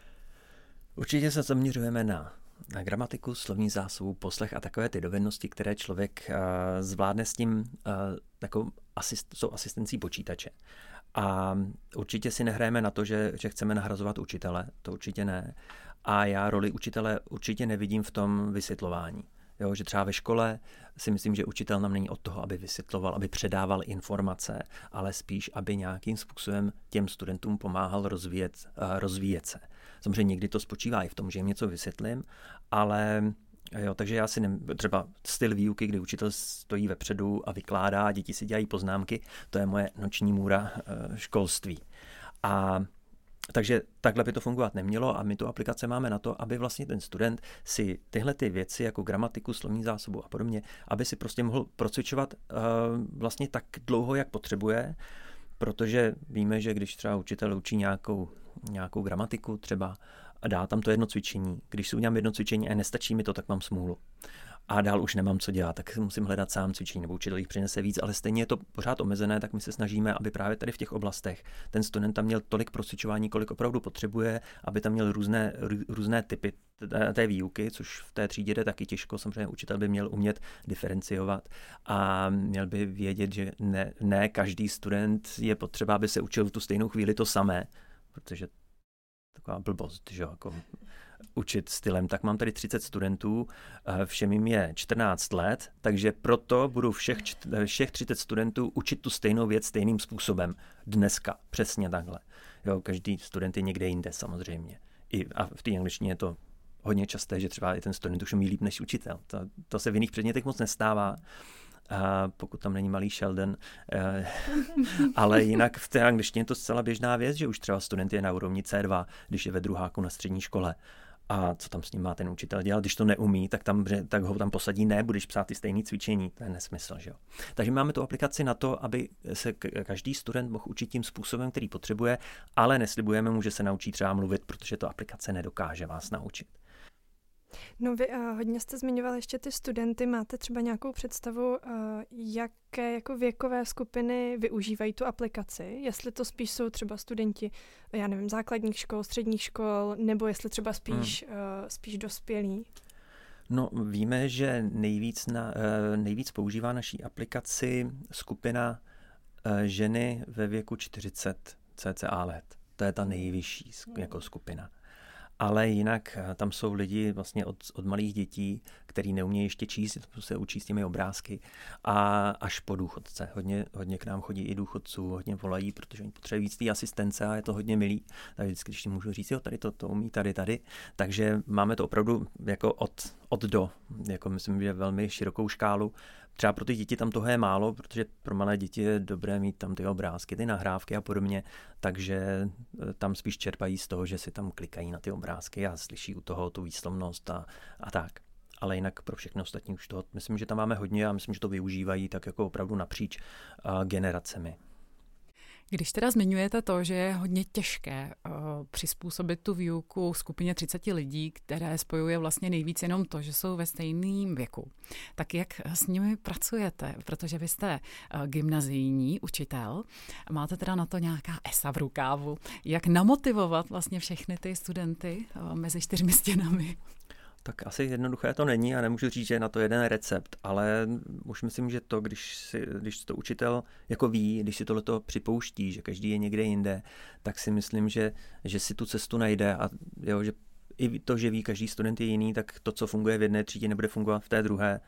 Určitě se zaměřujeme na na gramatiku, slovní zásobu, poslech a takové ty dovednosti, které člověk uh, zvládne s tím, uh, jako asist, jsou asistencí počítače. A určitě si nehrajeme na to, že, že chceme nahrazovat učitele, to určitě ne. A já roli učitele určitě nevidím v tom vysvětlování. Jo, že třeba ve škole si myslím, že učitel nám není od toho, aby vysvětloval, aby předával informace, ale spíš, aby nějakým způsobem těm studentům pomáhal rozvíjet, uh, rozvíjet se. Samozřejmě někdy to spočívá i v tom, že jim něco vysvětlím, ale jo, takže já si ne, třeba styl výuky, kdy učitel stojí vepředu a vykládá a děti si dělají poznámky, to je moje noční můra uh, školství. A takže takhle by to fungovat nemělo a my tu aplikace máme na to, aby vlastně ten student si tyhle ty věci jako gramatiku, slovní zásobu a podobně, aby si prostě mohl procvičovat uh, vlastně tak dlouho, jak potřebuje, protože víme, že když třeba učitel učí nějakou, nějakou gramatiku třeba a dá tam to jedno cvičení, když si udělám jedno cvičení a nestačí mi to, tak mám smůlu. A dál už nemám co dělat, tak musím hledat sám cvičení, nebo učitel jich přinese víc, ale stejně je to pořád omezené, tak my se snažíme, aby právě tady v těch oblastech ten student tam měl tolik procvičování, kolik opravdu potřebuje, aby tam měl různé, různé typy té výuky, což v té třídě jde taky těžko, samozřejmě učitel by měl umět diferenciovat a měl by vědět, že ne, ne každý student je potřeba, aby se učil v tu stejnou chvíli to samé, protože taková blbost, že jako učit stylem. Tak mám tady třicet studentů, všem jim je čtrnáct let, takže proto budu všech, všech třicet studentů učit tu stejnou věc stejným způsobem. Dneska, přesně takhle. Jo, každý student je někde jinde samozřejmě. I, a v té angličtině je to hodně časté, že třeba i ten student už umí líp než učitel. To, to se v jiných předmětech moc nestává. A pokud tam není malý Sheldon. Eh, ale jinak v té angličtině je to zcela běžná věc, že už třeba student je na úrovni C dva, když je ve druháku na střední škole. A co tam s ním má ten učitel dělat? Když to neumí, tak, tam, tak ho tam posadí, ne, budeš psát ty stejný cvičení. To je nesmysl, že jo. Takže máme tu aplikaci na to, aby se každý student mohl učit tím způsobem, který potřebuje, ale neslibujeme mu, že se naučí třeba mluvit, protože to aplikace nedokáže vás naučit. No vy uh, hodně jste zmiňoval ještě ty studenty. Máte třeba nějakou představu, uh, jaké jako věkové skupiny využívají tu aplikaci? Jestli to spíš jsou třeba studenti, já nevím, základních škol, středních škol, nebo jestli třeba spíš, hmm. uh, spíš dospělí? No víme, že nejvíc, na, uh, nejvíc používá naší aplikaci skupina uh, ženy ve věku čtyřicet cca let. To je ta nejvyšší jako skupina. Ale jinak tam jsou lidi vlastně od, od malých dětí, který neumějí ještě číst, se učí s těmi obrázky, a až po důchodce. Hodně, hodně k nám chodí i důchodců, hodně volají, protože oni potřebují víc té asistence a je to hodně milý. Tak vždycky, když ti můžu říct, jo, tady to, to umí, tady, tady. Takže máme to opravdu jako od, od do, jako myslím, že velmi širokou škálu. Třeba pro ty děti tam toho je málo, protože pro malé děti je dobré mít tam ty obrázky, ty nahrávky a podobně, takže tam spíš čerpají z toho, že si tam klikají na ty obrázky a slyší u toho tu výslovnost a, a tak. Ale jinak pro všechno ostatní už toho, myslím, že tam máme hodně a myslím, že to využívají tak jako opravdu napříč uh, generacemi. Když teda zmiňujete to, že je hodně těžké uh, přizpůsobit tu výuku skupině třicet lidí, které spojuje vlastně nejvíc jenom to, že jsou ve stejném věku, tak jak s nimi pracujete? Protože vy jste uh, gymnazijní učitel, máte teda na to nějaká esa v rukávu. Jak namotivovat vlastně všechny ty studenty uh, mezi čtyřmi stěnami? tak asi jednoduché to není a nemůžu říct, že je na to jeden recept, ale už myslím, že to, když, si, když to učitel jako ví, když si tohleto připouští, že každý je někde jinde, tak si myslím, že, že si tu cestu najde a jo, že i to, že ví, každý student je jiný, tak to, co funguje v jedné třídě, nebude fungovat v té druhé.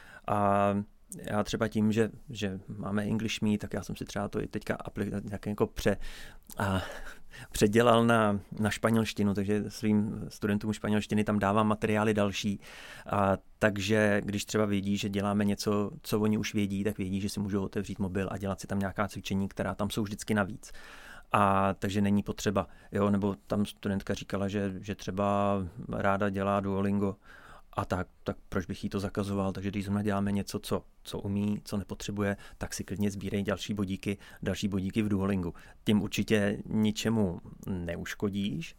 A já třeba tím, že, že máme English Me, tak já jsem si třeba to i teďka aplik- nějak jako pře, a, předělal na, na španělštinu, takže svým studentům španělštiny tam dávám materiály další. A, takže když třeba vědí, že děláme něco, co oni už vědí, tak vědí, že si můžou otevřít mobil a dělat si tam nějaká cvičení, která tam jsou vždycky navíc. A takže není potřeba, jo, nebo tam studentka říkala, že, že třeba ráda dělá Duolingo a tak, tak proč bych jí to zakazoval, takže když zrovna děláme něco, co, co umí, co nepotřebuje, tak si klidně sbírej další bodíky, další bodíky v Duolingu. Tím určitě ničemu neuškodíš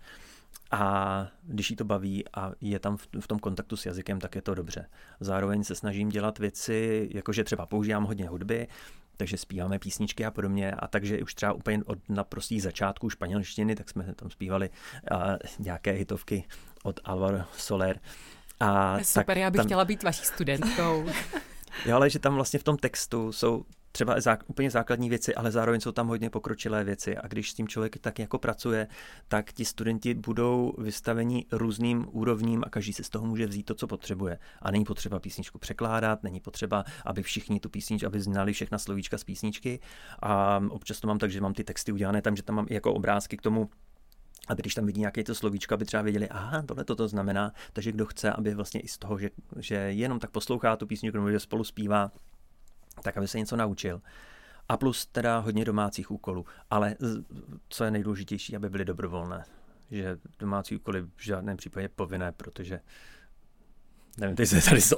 a když jí to baví a je tam v, v tom kontaktu s jazykem, tak je to dobře. Zároveň se snažím dělat věci, jakože třeba používám hodně hudby, takže zpíváme písničky a podobně a takže už třeba úplně od naprostých začátků španělštiny, tak jsme tam zpívali uh, nějaké hitovky od Álvaro Soler. A super, tak já bych tam... chtěla být vaší studentkou. Jo, ale že tam vlastně v tom textu jsou třeba zá, úplně základní věci, ale zároveň jsou tam hodně pokročilé věci a když s tím člověk tak jako pracuje, tak ti studenti budou vystaveni různým úrovním a každý si z toho může vzít to, co potřebuje. A není potřeba písničku překládat, není potřeba, aby všichni tu písničku, aby znali všechna slovíčka z písničky a občas to mám tak, že mám ty texty udělané tam, že tam mám i jako obrázky k tomu, aby když tam vidí nějaké to slovíčko, aby třeba věděli, aha, tohle to znamená, takže kdo chce, aby vlastně i z toho, že, že jenom tak poslouchá tu písničku, nebo že spolu zpívá, tak aby se něco naučil. A plus teda hodně domácích úkolů. Ale co je nejdůležitější, aby byly dobrovolné. Že domácí úkoly v žádném případě povinné, protože nevím, teď se tady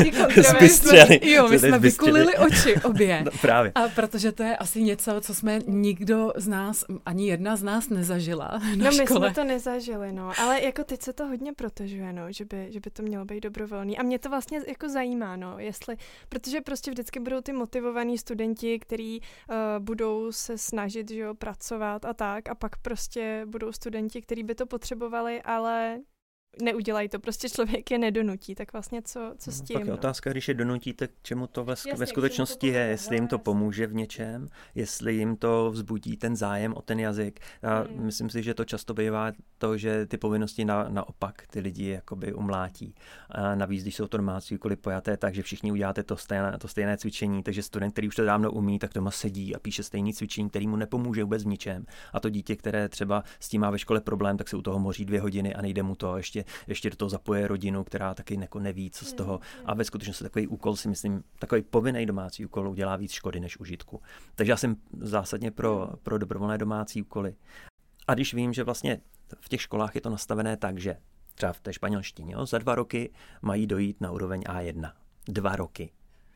zbystřeli. Jo, my jsme vykulili oči obě. No, právě. A protože to je asi něco, co jsme nikdo z nás, ani jedna z nás nezažila na No my škole. jsme to nezažili, no. Ale jako teď se to hodně protežuje, no, že by, že by to mělo být dobrovolný. A mě to vlastně jako zajímá, no, jestli, protože prostě vždycky budou ty motivovaní studenti, kteří uh, budou se snažit, že jo, pracovat a tak. A pak prostě budou studenti, kteří by to potřebovali, ale neudělají to, prostě člověk je nedonutí, tak vlastně co, co s tím? Pak je no? otázka, když je donutíte, k čemu to ve, Jasně, ve skutečnosti je, jestli jim to jasně. pomůže v něčem, jestli jim to vzbudí ten zájem o ten jazyk. Já Hmm. myslím si, že to často bývá to, že ty povinnosti na, naopak ty lidi jakoby umlátí. A navíc, když jsou to domácí úkoly pojaté tak, že všichni uděláte to stejné, to stejné cvičení, takže student, který už to dávno umí, tak doma sedí a píše stejné cvičení, který mu nepomůže vůbec v ničem. A to dítě, které třeba s tím má ve škole problém, tak se u toho moří dvě hodiny a nejde mu to, ještě, ještě do toho zapoje rodinu, která taky jako neví, co z toho. A ve skutečnosti takový úkol si myslím, takový povinný domácí úkol udělá víc škody než užitku. Takže já jsem zásadně pro, pro dobrovolné domácí úkoly. A když vím, že vlastně v těch školách je to nastavené tak, že třeba v té španělštině, jo, za dva roky mají dojít na úroveň á jedna. Dva roky.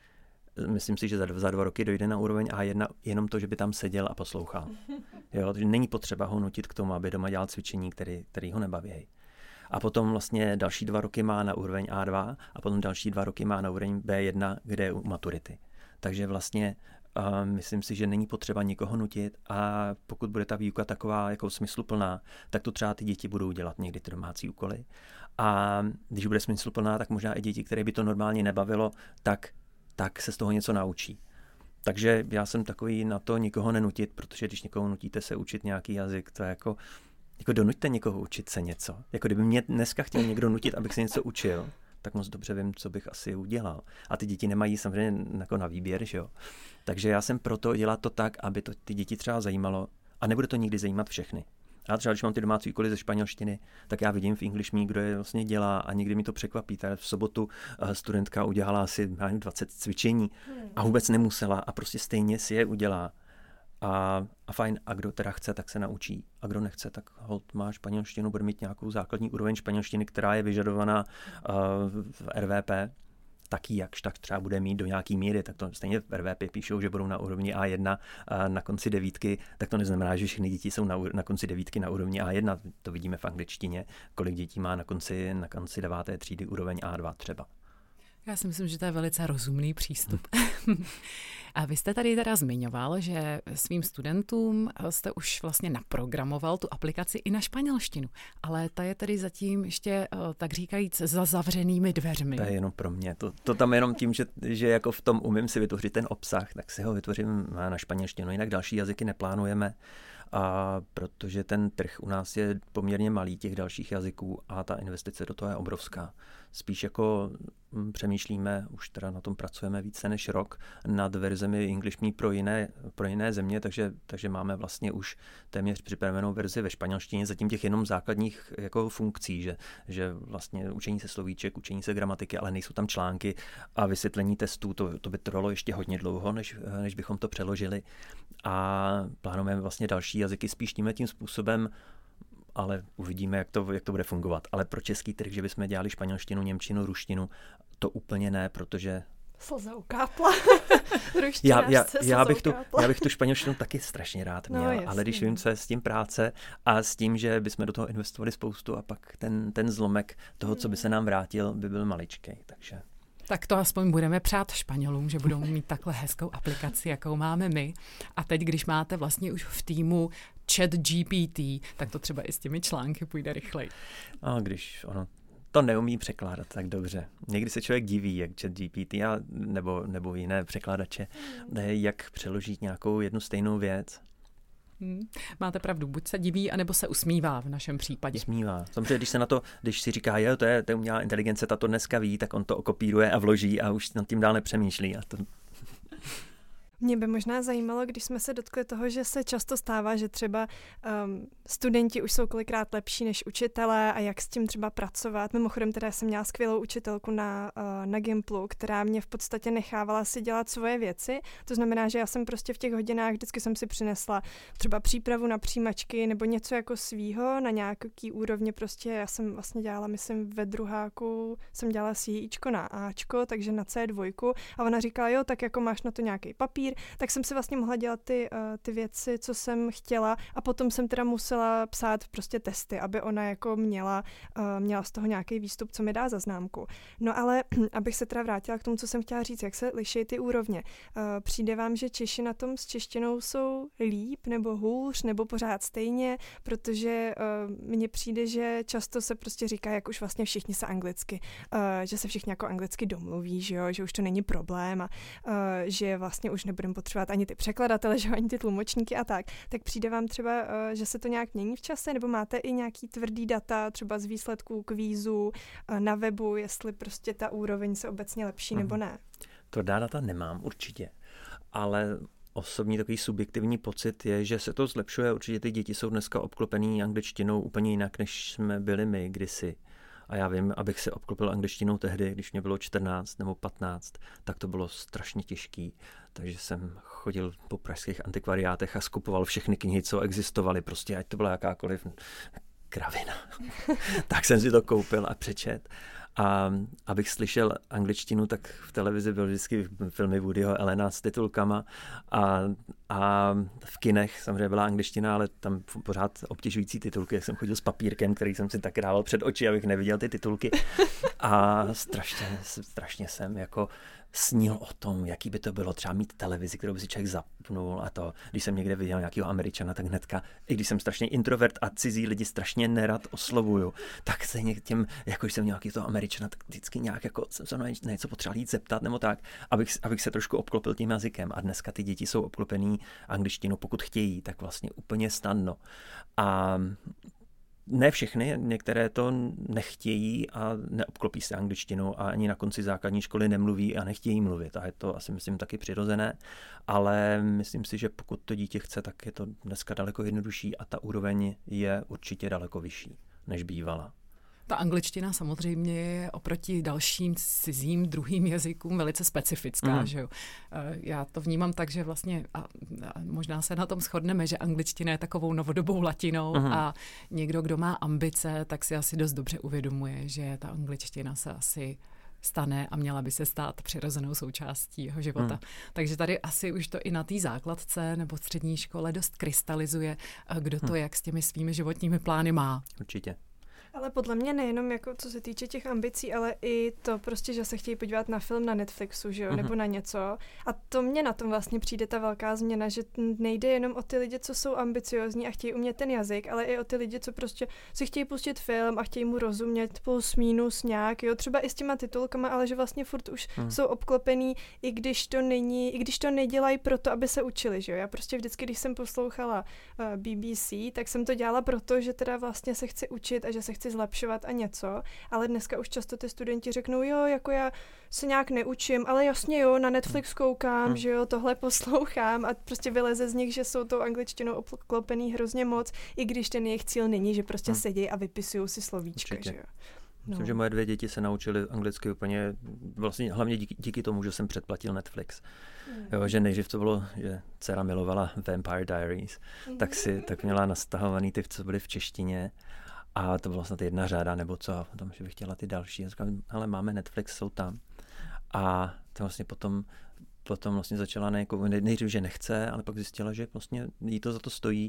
Myslím si, že za dva, za dva roky dojde na úroveň á jedna jenom to, že by tam seděl a poslouchal. Jo, takže není potřeba ho nutit k tomu, aby doma dělal cvičení, který, který ho nebaví. A potom vlastně další dva roky má na úroveň á dva a potom další dva roky má na úroveň bé jedna, kde je u maturity. Takže vlastně uh, myslím si, že není potřeba nikoho nutit a pokud bude ta výuka taková jako smysluplná, tak to třeba ty děti budou dělat někdy ty domácí úkoly. A když bude smysluplná, tak možná i děti, které by to normálně nebavilo, tak, tak se z toho něco naučí. Takže já jsem takový na to nikoho nenutit, protože když někoho nutíte se učit nějaký jazyk, to je jako Jako donuďte někoho učit se něco. Jako kdyby mě dneska chtěl někdo nutit, abych se něco učil, tak moc dobře vím, co bych asi udělal. A ty děti nemají samozřejmě jako na výběr, že jo. Takže já jsem proto dělat to tak, aby to ty děti třeba zajímalo a nebude to nikdy zajímat všechny. A třeba když mám ty domácí úkoly ze španělštiny, tak já vidím v English Me, kdo je vlastně dělá a někdy mi to překvapí. Tady v sobotu studentka udělala asi dvacet cvičení a vůbec nemusela a prostě stejně si je udělá. A, a fajn, a kdo teda chce, tak se naučí. A kdo nechce, tak holt má španělštinu, bude mít nějakou základní úroveň španělštiny, která je vyžadovaná uh, v er vé pé. Taky jakž tak třeba bude mít do nějaký míry, tak to stejně v er vé pé píšou, že budou na úrovni á jedna uh, na konci devítky, tak to neznamená, že všechny děti jsou na, na konci devítky na úrovni á jedna. To vidíme v angličtině, kolik dětí má na konci, na konci deváté třídy úroveň á dva třeba. Já si myslím, že to je velice rozumný přístup. A vy jste tady teda zmiňoval, že svým studentům jste už vlastně naprogramoval tu aplikaci i na španělštinu, ale ta je tedy zatím ještě, tak říkajíc, za zavřenými dveřmi. To je jenom pro mě. To, to tam jenom tím, že, že jako v tom umím si vytvořit ten obsah, tak si ho vytvořím na španělštinu, jinak další jazyky neplánujeme. A protože ten trh u nás je poměrně malý těch dalších jazyků a ta investice do toho je obrovská. Spíš jako přemýšlíme, už teda na tom pracujeme více než rok, nad verzemi English Me pro jiné, pro jiné země, takže, takže máme vlastně už téměř připravenou verzi ve španělštině, zatím těch jenom základních jako funkcí, že, že vlastně učení se slovíček, učení se gramatiky, ale nejsou tam články a vysvětlení testů, to, to by trvalo ještě hodně dlouho, než, než bychom to přeložili. A plánujeme vlastně další jazyky spíš tímhle tím způsobem, ale uvidíme, jak to, jak to bude fungovat. Ale pro český trh, že bychom dělali španělštinu, němčinu, ruštinu, to úplně ne, protože... Slza ukápla. já, já, já, bych tu, já bych tu španělštinu taky strašně rád měl, no, ale když vím, co je s tím práce a s tím, že bychom do toho investovali spoustu a pak ten, ten zlomek toho, co by se nám vrátil, by byl maličkej, takže... Tak to aspoň budeme přát Španělům, že budou mít takhle hezkou aplikaci, jakou máme my. A teď, když máte vlastně už v týmu Chat G P T, tak to třeba i s těmi články půjde rychleji. A když ono to neumí překládat tak dobře. Někdy se člověk diví, jak Chat G P T a, nebo, nebo jiné překladače, jak přeložit nějakou jednu stejnou věc. Hmm. Máte pravdu, buď se diví, anebo se usmívá v našem případě. Usmívá. Samozřejmě, když se na to, když si říká, jo, to je, to je umělá inteligence, ta to dneska ví, tak on to okopíruje a vloží a už nad tím dál nepřemýšlí. A to... Mě by možná zajímalo, když jsme se dotkli toho, že se často stává, že třeba um, studenti už jsou kolikrát lepší než učitelé a jak s tím třeba pracovat. Mimochodem teda jsem měla skvělou učitelku na, uh, na Gimplu, která mě v podstatě nechávala si dělat svoje věci. To znamená, že já jsem prostě v těch hodinách vždycky jsem si přinesla třeba přípravu na přijímačky nebo něco jako svýho na nějaký úrovni. Prostě já jsem vlastně dělala, myslím, ve druháku jsem dělala si jíčko na Ačko, takže na C dva a ona říkala, jo, tak jako máš na to nějaký papír, tak jsem si vlastně mohla dělat ty, uh, ty věci, co jsem chtěla a potom jsem teda musela psát prostě testy, aby ona jako měla, uh, měla z toho nějaký výstup, co mi dá za známku. No ale abych se teda vrátila k tomu, co jsem chtěla říct, jak se liší ty úrovně. Uh, přijde vám, že Češi na tom s češtinou jsou líp nebo hůř nebo pořád stejně, protože uh, mně přijde, že často se prostě říká, jak už vlastně všichni se anglicky, uh, že se všichni jako anglicky domluví, že jo, že už to není problém a uh, že vlastně už nebudeme potřebovat ani ty překladatele, že ani ty tlumočníky a tak. Tak přijde vám třeba, že se to nějak mění v čase, nebo máte i nějaký tvrdý data, třeba z výsledků kvízu na webu, jestli prostě ta úroveň se obecně lepší, nebo ne? Tvrdá data nemám, určitě. Ale osobní takový subjektivní pocit je, že se to zlepšuje. Určitě ty děti jsou dneska obklopený angličtinou úplně jinak, než jsme byli my kdysi. A já vím, abych se obklopil angličtinou tehdy, když mě bylo čtrnáct nebo patnáct, tak to bylo strašně těžký. Takže jsem chodil po pražských antikvariátech a skupoval všechny knihy, co existovaly, prostě ať to byla jakákoliv kravina. Tak jsem si to koupil a přečet. A abych slyšel angličtinu, tak v televizi byl vždycky filmy Woodyho Allena s titulkama a, a v kinech samozřejmě byla angličtina, ale tam pořád obtěžující titulky, jak jsem chodil s papírkem, který jsem si tak dával před oči, abych neviděl ty titulky. A strašně, strašně jsem jako snil o tom, jaký by to bylo třeba mít televizi, kterou by si člověk zapnul a to, když jsem někde viděl nějakého Američana, tak hnedka, i když jsem strašně introvert a cizí lidi strašně nerad oslovuju, tak se těm, jako když jsem nějaký toho Američana, tak vždycky nějak jako jsem se něco potřeboval jít zeptat nebo tak, abych, abych se trošku obklopil tím jazykem. A dneska ty děti jsou obklopený angličtinou, pokud chtějí, tak vlastně úplně snadno. A ne všechny, některé to nechtějí a neobklopí se angličtinou a ani na konci základní školy nemluví a nechtějí mluvit. A je to asi, myslím, taky přirozené, ale myslím si, že pokud to dítě chce, tak je to dneska daleko jednodušší a ta úroveň je určitě daleko vyšší, než bývala. Ta angličtina samozřejmě je oproti dalším cizím druhým jazykům velice specifická. Mm. Že jo? Já to vnímám tak, že vlastně, a možná se na tom shodneme, že angličtina je takovou novodobou latinou mm. a někdo, kdo má ambice, tak si asi dost dobře uvědomuje, že ta angličtina se asi stane a měla by se stát přirozenou součástí jeho života. Hmm. Takže tady asi už to i na té základce nebo střední škole dost krystalizuje, kdo to hmm. jak s těmi svými životními plány má. Určitě. Ale podle mě nejenom jako co se týče těch ambicí, ale i to prostě, že se chtějí podívat na film na Netflixu, že jo, mm-hmm. nebo na něco. A to mě na tom vlastně přijde ta velká změna, že nejde jenom o ty lidi, co jsou ambiciozní a chtějí umět ten jazyk, ale i o ty lidi, co prostě si chtějí pustit film a chtějí mu rozumět plus minus nějak, jo, třeba i s těma titulkama, ale že vlastně furt už mm. jsou obklopený, i když to není, i když to nedělají proto, aby se učili, že jo. Já prostě vždycky, když jsem poslouchala uh, B B C, tak jsem to dělala proto, že teda vlastně se chci učit a že se chci zlepšovat a něco, ale dneska už často ty studenti řeknou, jo, jako já se nějak neučím, ale jasně jo, na Netflix koukám, hmm. že jo, tohle poslouchám a prostě vyleze z nich, že jsou tou angličtinou obklopený hrozně moc, i když ten jejich cíl není, že prostě hmm. sedí a vypisují si slovíčka, Určitě. že jo. No. Myslím, že moje dvě děti se naučily anglicky úplně, vlastně hlavně díky, díky tomu, že jsem předplatil Netflix. Mm. Jo, že nejdřív to bylo, že dcera milovala Vampire Diaries, mm. tak si tak měla nastahovaný ty, co byly v češtině a to byla snad jedna řáda nebo co, a potom, že bych chtěla ty další. Já říkám, ale máme Netflix, jsou tam. A to vlastně potom, potom vlastně začala ne, nejdřív, že nechce, ale pak zjistila, že vlastně jí to za to stojí.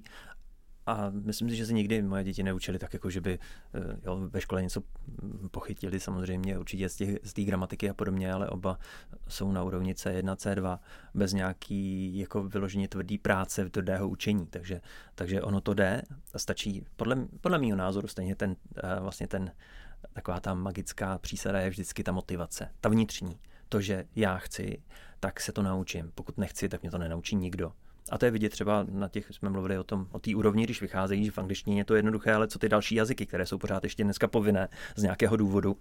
A myslím si, že se nikdy moje děti neučily tak, jako že by jo, ve škole něco pochytili samozřejmě určitě z té z gramatiky a podobně, ale oba jsou na úrovni C jedna, C dva bez nějaký jako vyloženě tvrdý práce, tvrdého učení. Takže, takže ono to jde a stačí, podle, podle mýho názoru stejně ten, vlastně ten, taková ta magická přísada je vždycky ta motivace, ta vnitřní. To, že já chci, tak se to naučím. Pokud nechci, tak mě to nenaučí nikdo. A to je vidět třeba na těch, jsme mluvili o tom, o té úrovni, když vycházejí, že v angličtině je to jednoduché, ale co ty další jazyky, které jsou pořád ještě dneska povinné z nějakého důvodu.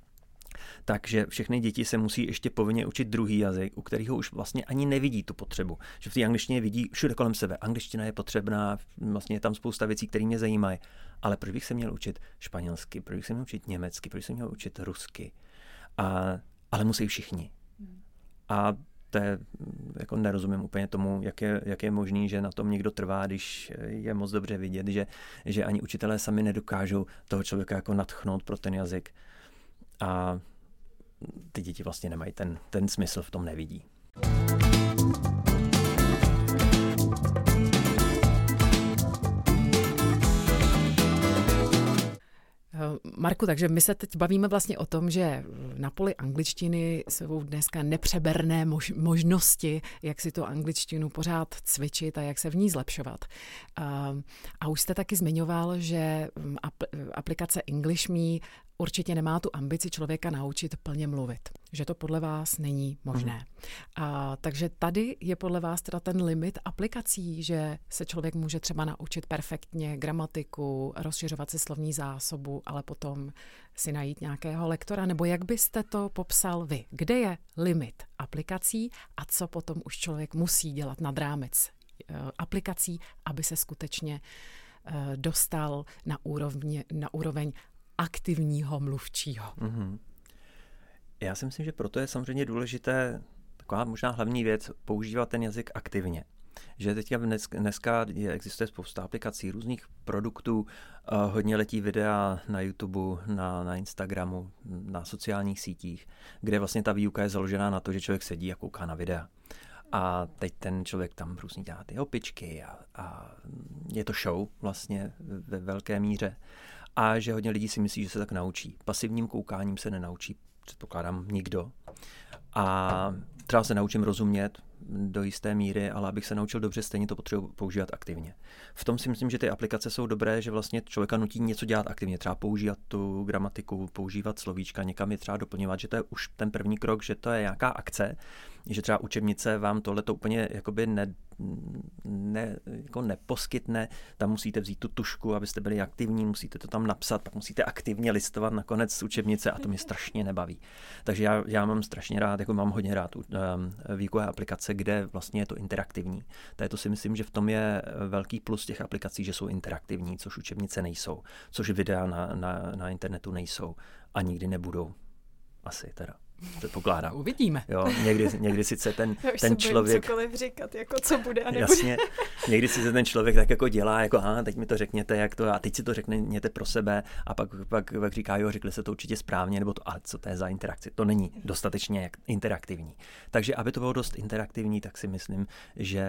Takže všechny děti se musí ještě povinně učit druhý jazyk, u kterého už vlastně ani nevidí tu potřebu. Že v té angličtině vidí všude kolem sebe. Angličtina je potřebná, vlastně je tam spousta věcí, které mě zajímají. Ale proč bych se měl učit španělsky, proč bych se měl učit německy, proč bych se měl učit rusky. A, ale musí všichni. A to je, jako nerozumím úplně tomu, jak je, jak je možný, že na tom někdo trvá, když je moc dobře vidět, že, že ani učitelé sami nedokážou toho člověka jako nadchnout pro ten jazyk. A ty děti vlastně nemají ten, ten smysl, v tom nevidí. Marku, takže my se teď bavíme vlastně o tom, že na poli angličtiny jsou dneska nepřeberné mož- možnosti, jak si tu angličtinu pořád cvičit a jak se v ní zlepšovat. A, a už jste taky zmiňoval, že apl- aplikace EnglishMe určitě nemá tu ambici člověka naučit plně mluvit. Že to podle vás není možné. Mm. A, takže tady je podle vás teda ten limit aplikací, že se člověk může třeba naučit perfektně gramatiku, rozšiřovat si slovní zásobu, ale potom si najít nějakého lektora, nebo jak byste to popsal vy? Kde je limit aplikací a co potom už člověk musí dělat nad rámec aplikací, aby se skutečně dostal na úroveň, na úroveň aktivního mluvčího? Mm-hmm. Já si myslím, že proto je samozřejmě důležité, taková možná hlavní věc, používat ten jazyk aktivně. Že teďka dnes, dneska je, existuje spousta aplikací, různých produktů, uh, hodně letí videa na YouTube, na, na Instagramu, na sociálních sítích, kde vlastně ta výuka je založená na to, že člověk sedí a kouká na videa. A teď ten člověk tam různě dělá ty opičky a, a je to show vlastně ve velké míře. A že hodně lidí si myslí, že se tak naučí. Pasivním koukáním se nenaučí, předpokládám, nikdo. A třeba se naučím rozumět do jisté míry, ale abych se naučil dobře, stejně to potřebuji používat aktivně. V tom si myslím, že ty aplikace jsou dobré, že vlastně člověka nutí něco dělat aktivně, třeba používat tu gramatiku, používat slovíčka, někam je třeba doplňovat, že to je už ten první krok, že to je nějaká akce, že třeba učebnice vám tohle to úplně jakoby ne, ne, jako neposkytne, tam musíte vzít tu tušku, abyste byli aktivní, musíte to tam napsat, pak musíte aktivně listovat nakonec z učebnice a to mě strašně nebaví. Takže já, já mám strašně rád, jako mám hodně rád um, výukové aplikace, kde vlastně je to interaktivní. Takže to si myslím, že v tom je velký plus těch aplikací, že jsou interaktivní, což učebnice nejsou, což videa na, na, na internetu nejsou a nikdy nebudou. Asi teda. Předpokládám. Uvidíme. Jo, někdy, někdy sice ten, já už ten se člověk... cokoliv říkat, jako co bude a nebude. Jasně, někdy si se ten člověk tak jako dělá, jako aha, teď mi to řekněte, jak to, a teď si to řekněte pro sebe a pak, pak, pak říká, jo, řekli se to určitě správně, nebo to, ale co to je za interakci? To není dostatečně interaktivní. Takže aby to bylo dost interaktivní, tak si myslím, že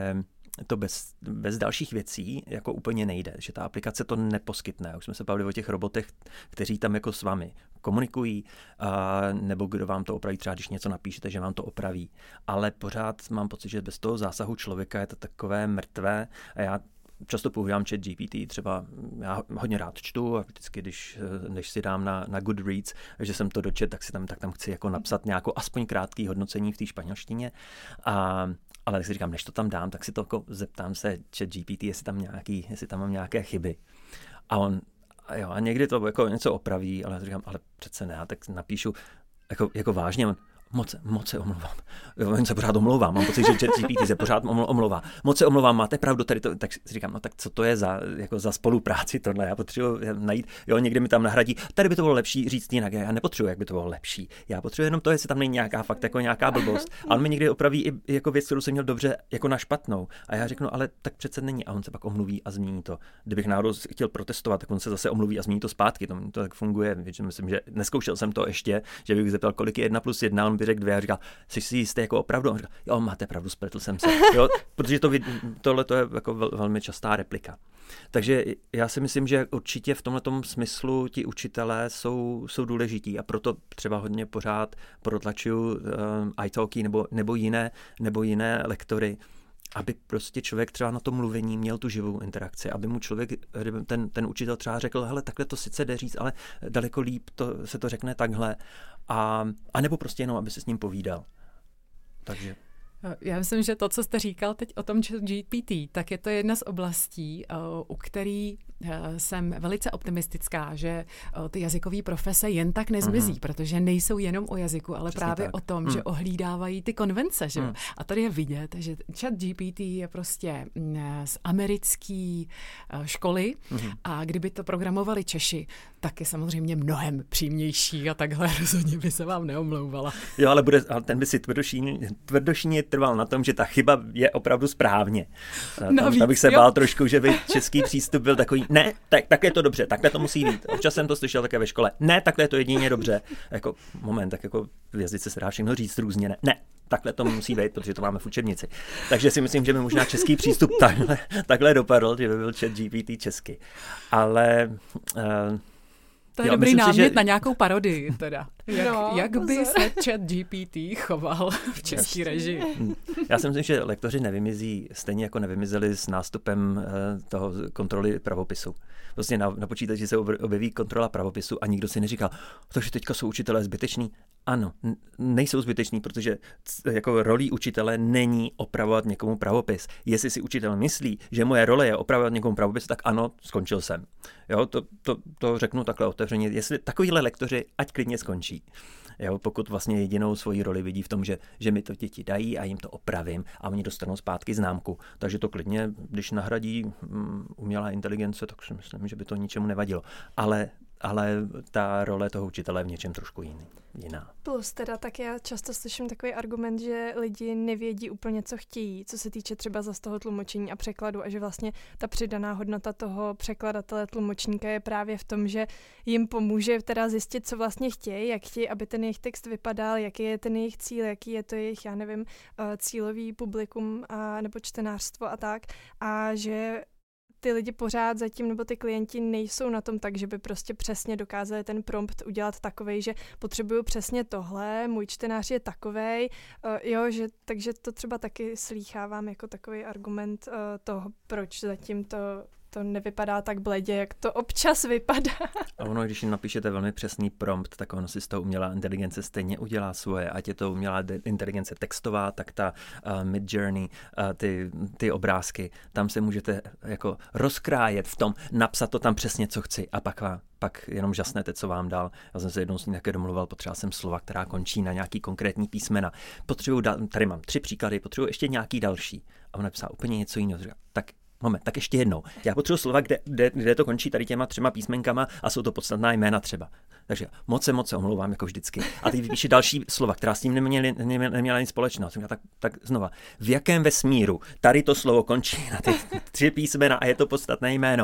to bez, bez dalších věcí jako úplně nejde, že ta aplikace to neposkytne. Už jsme se bavili o těch robotech, kteří tam jako s vámi komunikují, a, nebo kdo vám to opraví, třeba když něco napíšete, že vám to opraví. Ale pořád mám pocit, že bez toho zásahu člověka je to takové mrtvé a já často používám ChatGPT, třeba já hodně rád čtu a vždycky, když, když si dám na, na Goodreads, že jsem to dočet, tak si tam, tak tam chci jako napsat nějakou aspoň krátký hodnocení v té španělštině. A, ale tak si říkám, než to tam dám, tak si to jako zeptám se ChatGPT, jestli tam, nějaký, jestli tam mám nějaké chyby. A on, a jo, a někdy to jako něco opraví, ale já říkám, ale přece ne, tak napíšu jako, jako vážně, Moc, moc se omlouvám. Já se pořád omlouvám. Mám pocit, že ChatGPT se pořád omlouvá. Moc se omlouvám, máte pravdu tady to. Tak si říkám, no tak co to je za, jako za spolupráci tohle? Já potřebuji najít, jo, někdy mi tam nahradí, tady by to bylo lepší říct jinak. Já nepotřebuji, jak by to bylo lepší. Já potřebuji jenom to, jestli tam není nějaká fakt jako nějaká blbost. A on mi někdy opraví i jako věc, kterou jsem měl dobře jako na špatnou. A já řeknu, ale tak přece není. A on se pak omluví a změní to. Kdybych náhodou chtěl protestovat, tak on se zase omluví a změní to zpátky. To, to tak funguje. Většinou myslím, že neskoušel jsem to ještě, že bych zeptal, kolik je jedna plus jedna, on by řekl dvě a říkal, jsi si jistý jako opravdu? On říkal, jo, máte pravdu, spletl jsem se. Jo, protože to, tohle to je jako vel, velmi častá replika. Takže já si myslím, že určitě v tomhletom smyslu ti učitelé jsou, jsou důležití a proto třeba hodně pořád protlačuju um, iTalky nebo, nebo, jiné, nebo jiné lektory, aby prostě člověk třeba na tom mluvení měl tu živou interakci, aby mu člověk, ten, ten učitel třeba řekl, hele, takhle to sice jde říct, ale daleko líp to, se to řekne takhle. A, a nebo prostě jenom, aby se s ním povídal. Takže... Já myslím, že to, co jste říkal teď o tom ChatGPT, tak je to jedna z oblastí, u který jsem velice optimistická, že ty jazykové profese jen tak nezmizí, mm. protože nejsou jenom o jazyku, ale Přesně právě tak. o tom, mm. že ohlídávají ty konvence. Že? Mm. A tady je vidět, že ChatGPT je prostě z americké školy mm. a kdyby to programovali Češi, tak je samozřejmě mnohem přímější a takhle rozhodně by se vám neomlouvala. Jo, ale, bude, ale ten by si tvrdošíně, tvrdošíně trval na tom, že ta chyba je opravdu správně. Tam, Navíc, tam bych se jo. bál trošku, že by český přístup byl takový, ne, tak, tak je to dobře, takhle to musí být. Občas jsem to slyšel také ve škole, ne, takhle je to jedině dobře. Jako, moment, tak jako v jazyce se dá všechno říct různě, ne, ne, takhle to musí být, protože to máme v učebnici. Takže si myslím, že by možná český přístup takhle, takhle dopadl, že by byl ChatGPT česky. Ale... Uh, To je jo, dobrý námět si, že... na nějakou parodii teda. Jak, no, jak by se ChatGPT choval v české režii? Já si myslím, že lektoři nevymizí, stejně jako nevymizeli s nástupem uh, toho kontroly pravopisu. Vlastně na, na počítači se objeví kontrola pravopisu a nikdo si neříká, takže teďka jsou učitelé zbyteční. Ano, n- nejsou zbyteční, protože c- jako rolí učitele není opravovat někomu pravopis. Jestli si učitel myslí, že moje role je opravovat někomu pravopis, tak ano, skončil jsem. Jo, to, to, to řeknu takhle otevřeně. Jestli takovýhle lektoři, ať klidně skončí. Jo, pokud vlastně jedinou svoji roli vidí v tom, že, že mi to děti dají a jim to opravím a oni dostanou zpátky známku. Takže to klidně, když nahradí um, umělá inteligence, tak si myslím, že by to ničemu nevadilo. Ale, ale ta role toho učitele je v něčem trošku jiný. Jiná. Plus teda tak já často slyším takový argument, že lidi nevědí úplně, co chtějí, co se týče třeba zase toho tlumočení a překladu a že vlastně ta přidaná hodnota toho překladatele tlumočníka je právě v tom, že jim pomůže teda zjistit, co vlastně chtějí, jak chtějí, aby ten jejich text vypadal, jaký je ten jejich cíl, jaký je to jejich, já nevím, cílový publikum a, nebo čtenářstvo a tak a že ty lidi pořád zatím, nebo ty klienti nejsou na tom tak, že by prostě přesně dokázali ten prompt udělat takovej, že potřebuju přesně tohle, můj čtenář je takovej, uh, jo, že, takže to třeba taky slýchávám jako takový argument uh, toho, proč zatím to to nevypadá tak bledě, jak to občas vypadá. A ono, když jim napíšete velmi přesný prompt, tak ono si z toho umělá inteligence stejně udělá svoje. Ať je to umělá inteligence textová, tak ta uh, Midjourney, uh, ty, ty obrázky, tam se můžete jako rozkrájet v tom, napsat to tam přesně, co chci a pak vám pak jenom žasnete, co vám dal. Já jsem se jednou s ním také domluval, potřeboval jsem slova, která končí na nějaký konkrétní písmena. Potřebuji, tady mám tři příklady, potřebuji ještě nějaký další. A on napsal úplně něco jiného. Tak moment, tak ještě jednou. Já potřebuji slova, kde, kde, kde to končí tady těma třema písmenkama a jsou to podstatná jména třeba. Takže moc se moc se omlouvám, jako vždycky. A teď vypíše další slova, která s tím neměly, neměla nic společného. Tak, tak znova, v jakém vesmíru tady to slovo končí na ty tři písmena a je to podstatné jméno?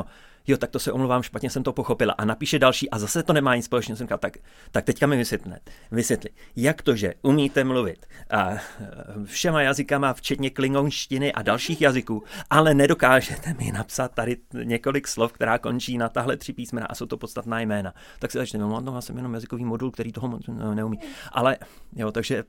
jo, tak to se omlouvám, špatně jsem to pochopila. A napíše další a zase to nemá nic společného. Jsem říkal, tak, tak teďka mi vysvětli, vysvětli, jak to, že umíte mluvit a všema jazykama, včetně klingonštiny a dalších jazyků, ale nedokážete mi napsat tady několik slov, která končí na tahle tři písmena a jsou to podstatná jména. Tak se začneme, no, já jsem jenom jazykový modul, který toho moc neumí. Ale jo, takže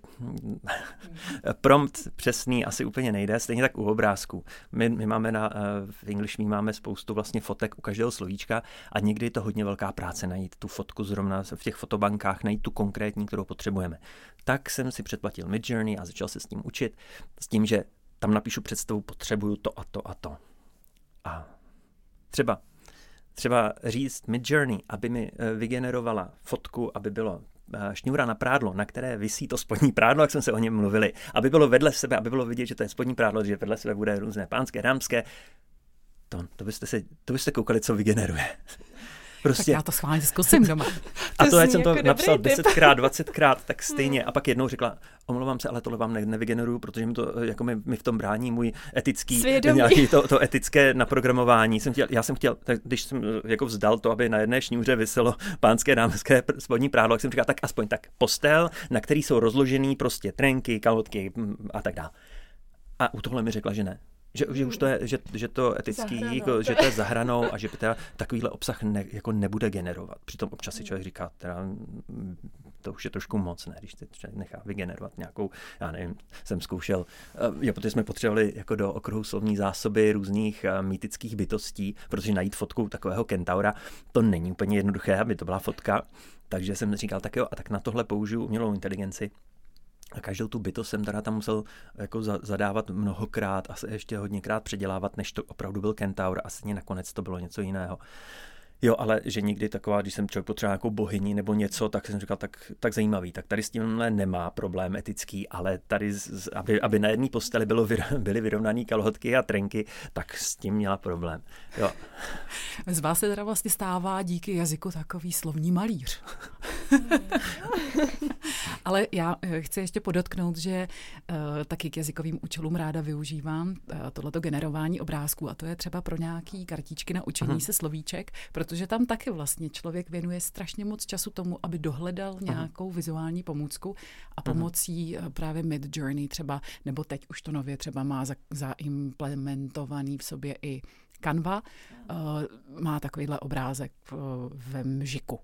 prompt přesný asi úplně nejde, stejně tak u obrázků. My, my máme na, v English My máme spoustu vlastně fotek u každého slovíčka a někdy je to hodně velká práce najít tu fotku zrovna v těch fotobankách, najít tu konkrétní, kterou potřebujeme. Tak jsem si předplatil Midjourney a začal se s tím učit, s tím, že tam napíšu představu, potřebuju to a to a to. A třeba, třeba říct Midjourney, aby mi vygenerovala fotku, aby bylo šňůra na prádlo, na které visí to spodní prádlo, jak jsme se o něm mluvili, aby bylo vedle sebe, aby bylo vidět, že to je spodní prádlo, že vedle sebe bude různé pánské, dámské. To, to, byste se, to byste koukali, co vygeneruje. Prostě. Tak já to schválně zkusím doma. A to, ať jsem to jako napsal desetkrát, dvacetkrát, tak stejně. A pak jednou řekla, omlouvám se, ale tohle vám ne, nevygeneruju, protože mi to, jako mi, mi v tom brání můj etický, nějaký to, to etické naprogramování. Jsem chtěl, já jsem chtěl, tak když jsem jako vzdal to, aby na jedné šňůře viselo pánské, dámské spodní prádlo, tak jsem říkal, tak aspoň tak postel, na který jsou rozložený prostě trenky, kalhotky a tak dále. A u tohle mi řekla, že ne. Že, že už to je, že, že to etický, jako, že to je za hranou a že teda takovýhle obsah ne, jako nebude generovat. Přitom občas si člověk říká, teda, to už je trošku moc, ne, když se člověk nechá vygenerovat nějakou, já nevím, jsem zkoušel, jo, protože jsme potřebovali jako do okruhu slovní zásoby různých mýtických bytostí, protože najít fotku takového kentaura, to není úplně jednoduché, aby to byla fotka, takže jsem říkal, tak jo, a tak na tohle použiju umělou inteligenci. A každou tu bytost jsem teda tam musel jako zadávat mnohokrát a se ještě hodněkrát předělávat, než to opravdu byl kentaur a stejně nakonec to bylo něco jiného. Jo, ale že někdy taková, když jsem člověk potřeboval nějakou bohyni nebo něco, tak jsem říkal, tak, tak zajímavý. Tak tady s tímhle nemá problém etický, ale tady, aby, aby na jedné posteli bylo, byly vyrovnané kalhotky a trenky, tak s tím měla problém. Jo. Z vás se teda vlastně stává díky jazyku takový slovní malíř. Ale já chci ještě podotknout, že uh, taky k jazykovým účelům ráda využívám uh, tohleto generování obrázků a to je třeba pro nějaký kartičky na učení uh-huh. se slovíček, protože tam taky vlastně člověk věnuje strašně moc času tomu, aby dohledal uh-huh. nějakou vizuální pomůcku a pomocí uh, právě Midjourney třeba, nebo teď už to nově třeba má za, zaimplementovaný v sobě i Canva, uh, má takovýhle obrázek uh, ve mžiku.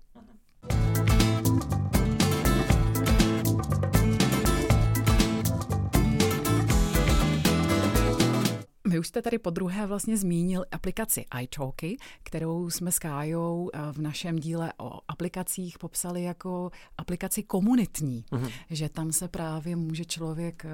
Vy už jste tady podruhé vlastně zmínil aplikaci iTalki, kterou jsme s Kájou v našem díle o aplikacích popsali jako aplikaci komunitní, uh-huh. že tam se právě může člověk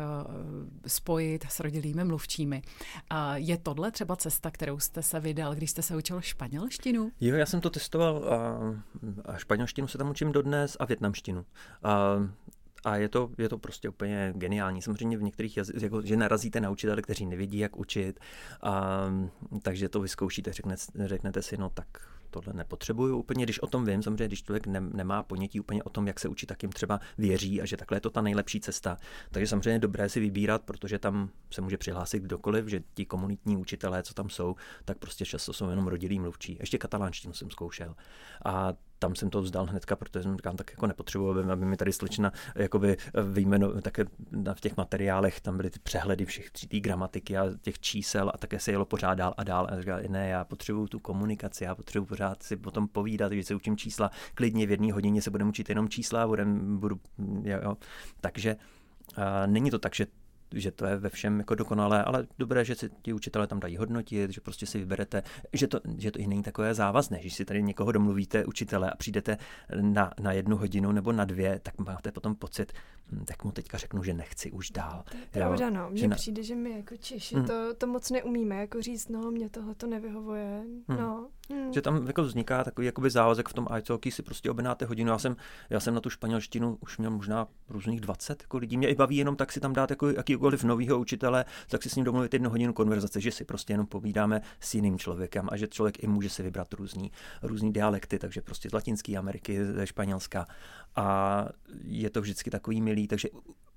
spojit s rodilými mluvčími. A je tohle třeba cesta, kterou jste se vydal, když jste se učil španělštinu? Jo, já jsem to testoval a, a španělštinu se tam učím dodnes a vietnamštinu. A A je to, je to prostě úplně geniální. Samozřejmě v některých jazycích, jako, že narazíte na učitele, kteří nevědí, jak učit, a, takže to vyzkoušíte, řeknete, řeknete si, no tak tohle nepotřebuju úplně, když o tom vím, samozřejmě, když člověk ne, nemá ponětí úplně o tom, jak se učí, tak jim třeba věří a že takhle je to ta nejlepší cesta. Takže samozřejmě je dobré si vybírat, protože tam se může přihlásit kdokoliv, že ti komunitní učitelé, co tam jsou, tak prostě často jsou jenom rodilí mluvčí. Ještě katalánštinu jsem zkoušel. A tam jsem to vzdal hnedka, protože jsem říkal, tak jako nepotřebuji, aby, aby mi tady slečna jakoby vyjmeno, také v těch materiálech tam byly ty přehledy všech tří gramatiky a těch čísel a také se jelo pořád dál a dál. A říkal, ne, já potřebuju tu komunikaci, já potřebuju pořád si o tom povídat, že se učím čísla, klidně v jedné hodině se budeme učit jenom čísla, budem, budu, jo. Takže a není to tak, že že to je ve všem jako dokonalé, ale dobré, že si ti učitelé tam dají hodnotit, že prostě si vyberete, že to, že to i není takové závazné, že si tady někoho domluvíte učitele a přijdete na, na jednu hodinu nebo na dvě, tak máte potom pocit, tak mu teďka řeknu, že nechci už dál. To je pravda, no. Mně na... přijde, že my jako Češi hmm. to, to moc neumíme, jako říct, no, mě tohle to nevyhovuje, hmm. no. Hmm. Že tam jako vzniká takový jakoby závazek v tom iTalki, si prostě objednáte hodinu. Já jsem, já jsem na tu španělštinu už měl možná různých dvacet jako lidí. Mě i baví jenom tak si tam dát jako jakýkoliv novýho učitele, tak si s ním domluvit jednu hodinu konverzace, že si prostě jenom povídáme s jiným člověkem a že člověk i může si vybrat různý, různý dialekty, takže prostě z Latinské Ameriky, ze Španělska. A je to vždycky takový milý, takže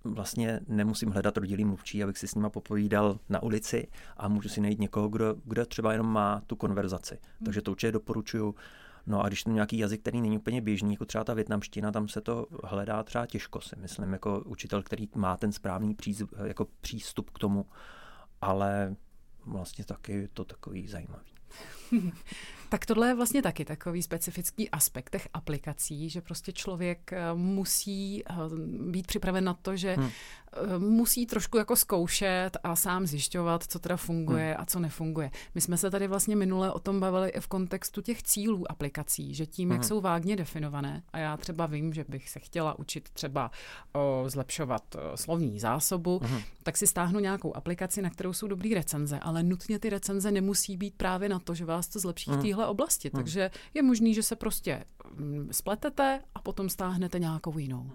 vlastně nemusím hledat rodilý mluvčí, abych si s nima popovídal na ulici a můžu si najít někoho, kdo, kdo třeba jenom má tu konverzaci. Hmm. Takže to určitě doporučuju. No a když to nějaký jazyk, který není úplně běžný, jako třeba ta vietnamština, tam se to hledá třeba těžko, si myslím, jako učitel, který má ten správný přístup, jako přístup k tomu, ale vlastně taky je to takový zajímavý. Tak tohle je vlastně taky takový specifický aspekt těch aplikací, že prostě člověk musí být připraven na to, že hmm. musí trošku jako zkoušet a sám zjišťovat, co teda funguje hmm. a co nefunguje. My jsme se tady vlastně minule o tom bavili i v kontextu těch cílů aplikací, že tím, hmm. jak jsou vágně definované, a já třeba vím, že bych se chtěla učit třeba o, zlepšovat o, slovní zásobu, hmm. tak si stáhnu nějakou aplikaci, na kterou jsou dobrý recenze, ale nutně ty recenze nemusí být právě na to, že vás to zlepší hmm. v téhle oblasti. Hmm. Takže je možný, že se prostě spletete a potom stáhnete nějakou jinou.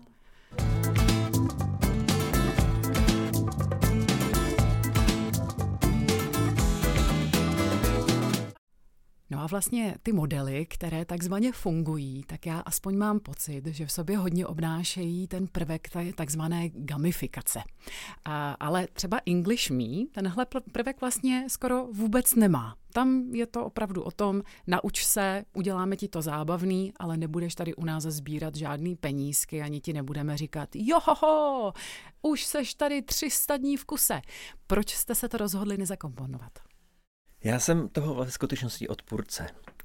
No a vlastně ty modely, které takzvaně fungují, tak já aspoň mám pocit, že v sobě hodně obnášejí ten prvek takzvané gamifikace. A, ale třeba English Me tenhle prvek vlastně skoro vůbec nemá. Tam je to opravdu o tom, nauč se, uděláme ti to zábavný, ale nebudeš tady u nás sbírat žádný penízky, ani ti nebudeme říkat, johoho, už seš tady tři sta dní v kuse. Proč jste se to rozhodli nezakomponovat? Já jsem toho ve skutečnosti odpůrce,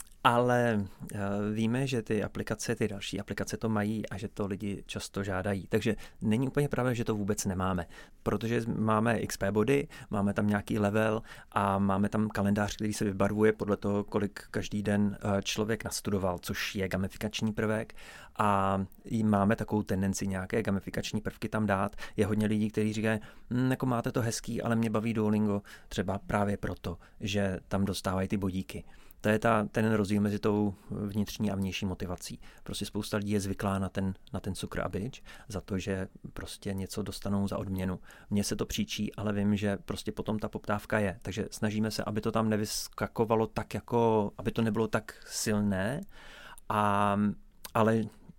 ale víme, že ty aplikace, ty další aplikace to mají a že to lidi často žádají. Takže není úplně pravda, že to vůbec nemáme, protože máme X P body, máme tam nějaký level a máme tam kalendář, který se vybarvuje podle toho, kolik každý den člověk nastudoval, což je gamifikační prvek a máme takovou tendenci nějaké gamifikační prvky tam dát. Je hodně lidí, kteří říkají, hm, jako máte to hezký, ale mě baví Duolingo třeba právě proto, že tam dostávají ty bodíky. To je ta, ten rozdíl mezi tou vnitřní a vnější motivací. Prostě spousta lidí je zvyklá na ten, na ten cukr a bič, za to, že prostě něco dostanou za odměnu. Mně se to příčí, ale vím, že prostě potom ta poptávka je. Takže snažíme se, aby to tam nevyskakovalo tak jako, aby to nebylo tak silné, a, ale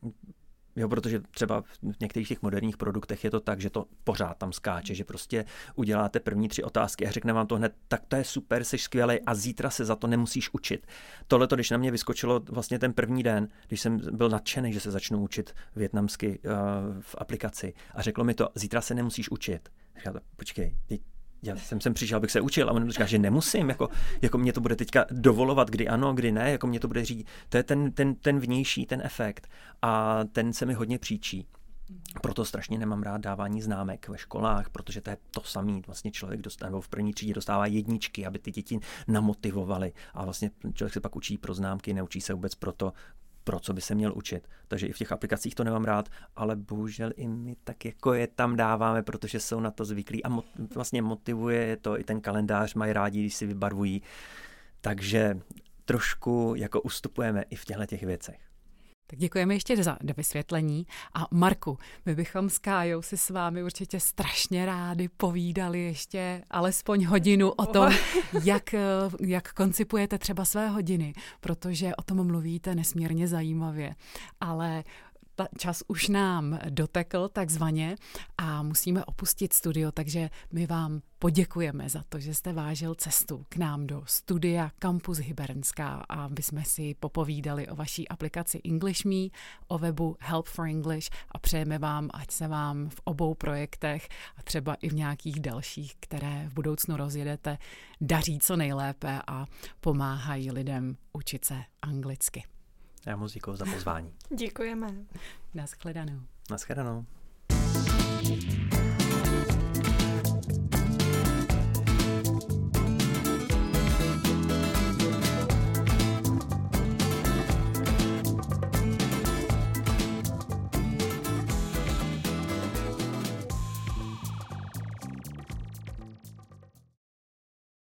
jo, protože třeba v některých těch moderních produktech je to tak, že to pořád tam skáče, že prostě uděláte první tři otázky a řekne vám to hned, tak to je super, jsi skvělej a zítra se za to nemusíš učit. Tohle to, když na mě vyskočilo vlastně ten první den, když jsem byl nadšený, že se začnu učit vietnamsky uh, v aplikaci a řeklo mi to, zítra se nemusíš učit. Říkám, počkej, teď já jsem sem přišel, abych se učil a on říká, že nemusím, jako, jako mě to bude teďka dovolovat, kdy ano, kdy ne, jako mě to bude říct. To je ten, ten, ten vnější, ten efekt a ten se mi hodně příčí. Proto strašně nemám rád dávání známek ve školách, protože to je to samý. Vlastně člověk dostává, v první třídě dostává jedničky, aby ty děti namotivovaly a vlastně člověk se pak učí pro známky, neučí se vůbec pro to, pro co by se měl učit. Takže i v těch aplikacích to nemám rád, ale bohužel i my tak jako je tam dáváme, protože jsou na to zvyklí a mot, vlastně motivuje to i ten kalendář, mají rádi, když si vybarvují. Takže trošku jako ustupujeme i v těchto těch věcech. Tak děkujeme ještě za vysvětlení. A Marku, my bychom s Kájou si s vámi určitě strašně rádi povídali ještě alespoň hodinu o tom, jak, jak koncipujete třeba své hodiny, protože o tom mluvíte nesmírně zajímavě. Ale ta čas už nám dotekl takzvaně a musíme opustit studio, takže my vám poděkujeme za to, že jste vážil cestu k nám do studia Campus Hybernská a aby jsme si popovídali o vaší aplikaci English Me, o webu Help for English a přejeme vám, ať se vám v obou projektech a třeba i v nějakých dalších, které v budoucnu rozjedete, daří co nejlépe a pomáhají lidem učit se anglicky. Já moc děkuji za pozvání. Děkujeme. Naschledanou. Naschledanou.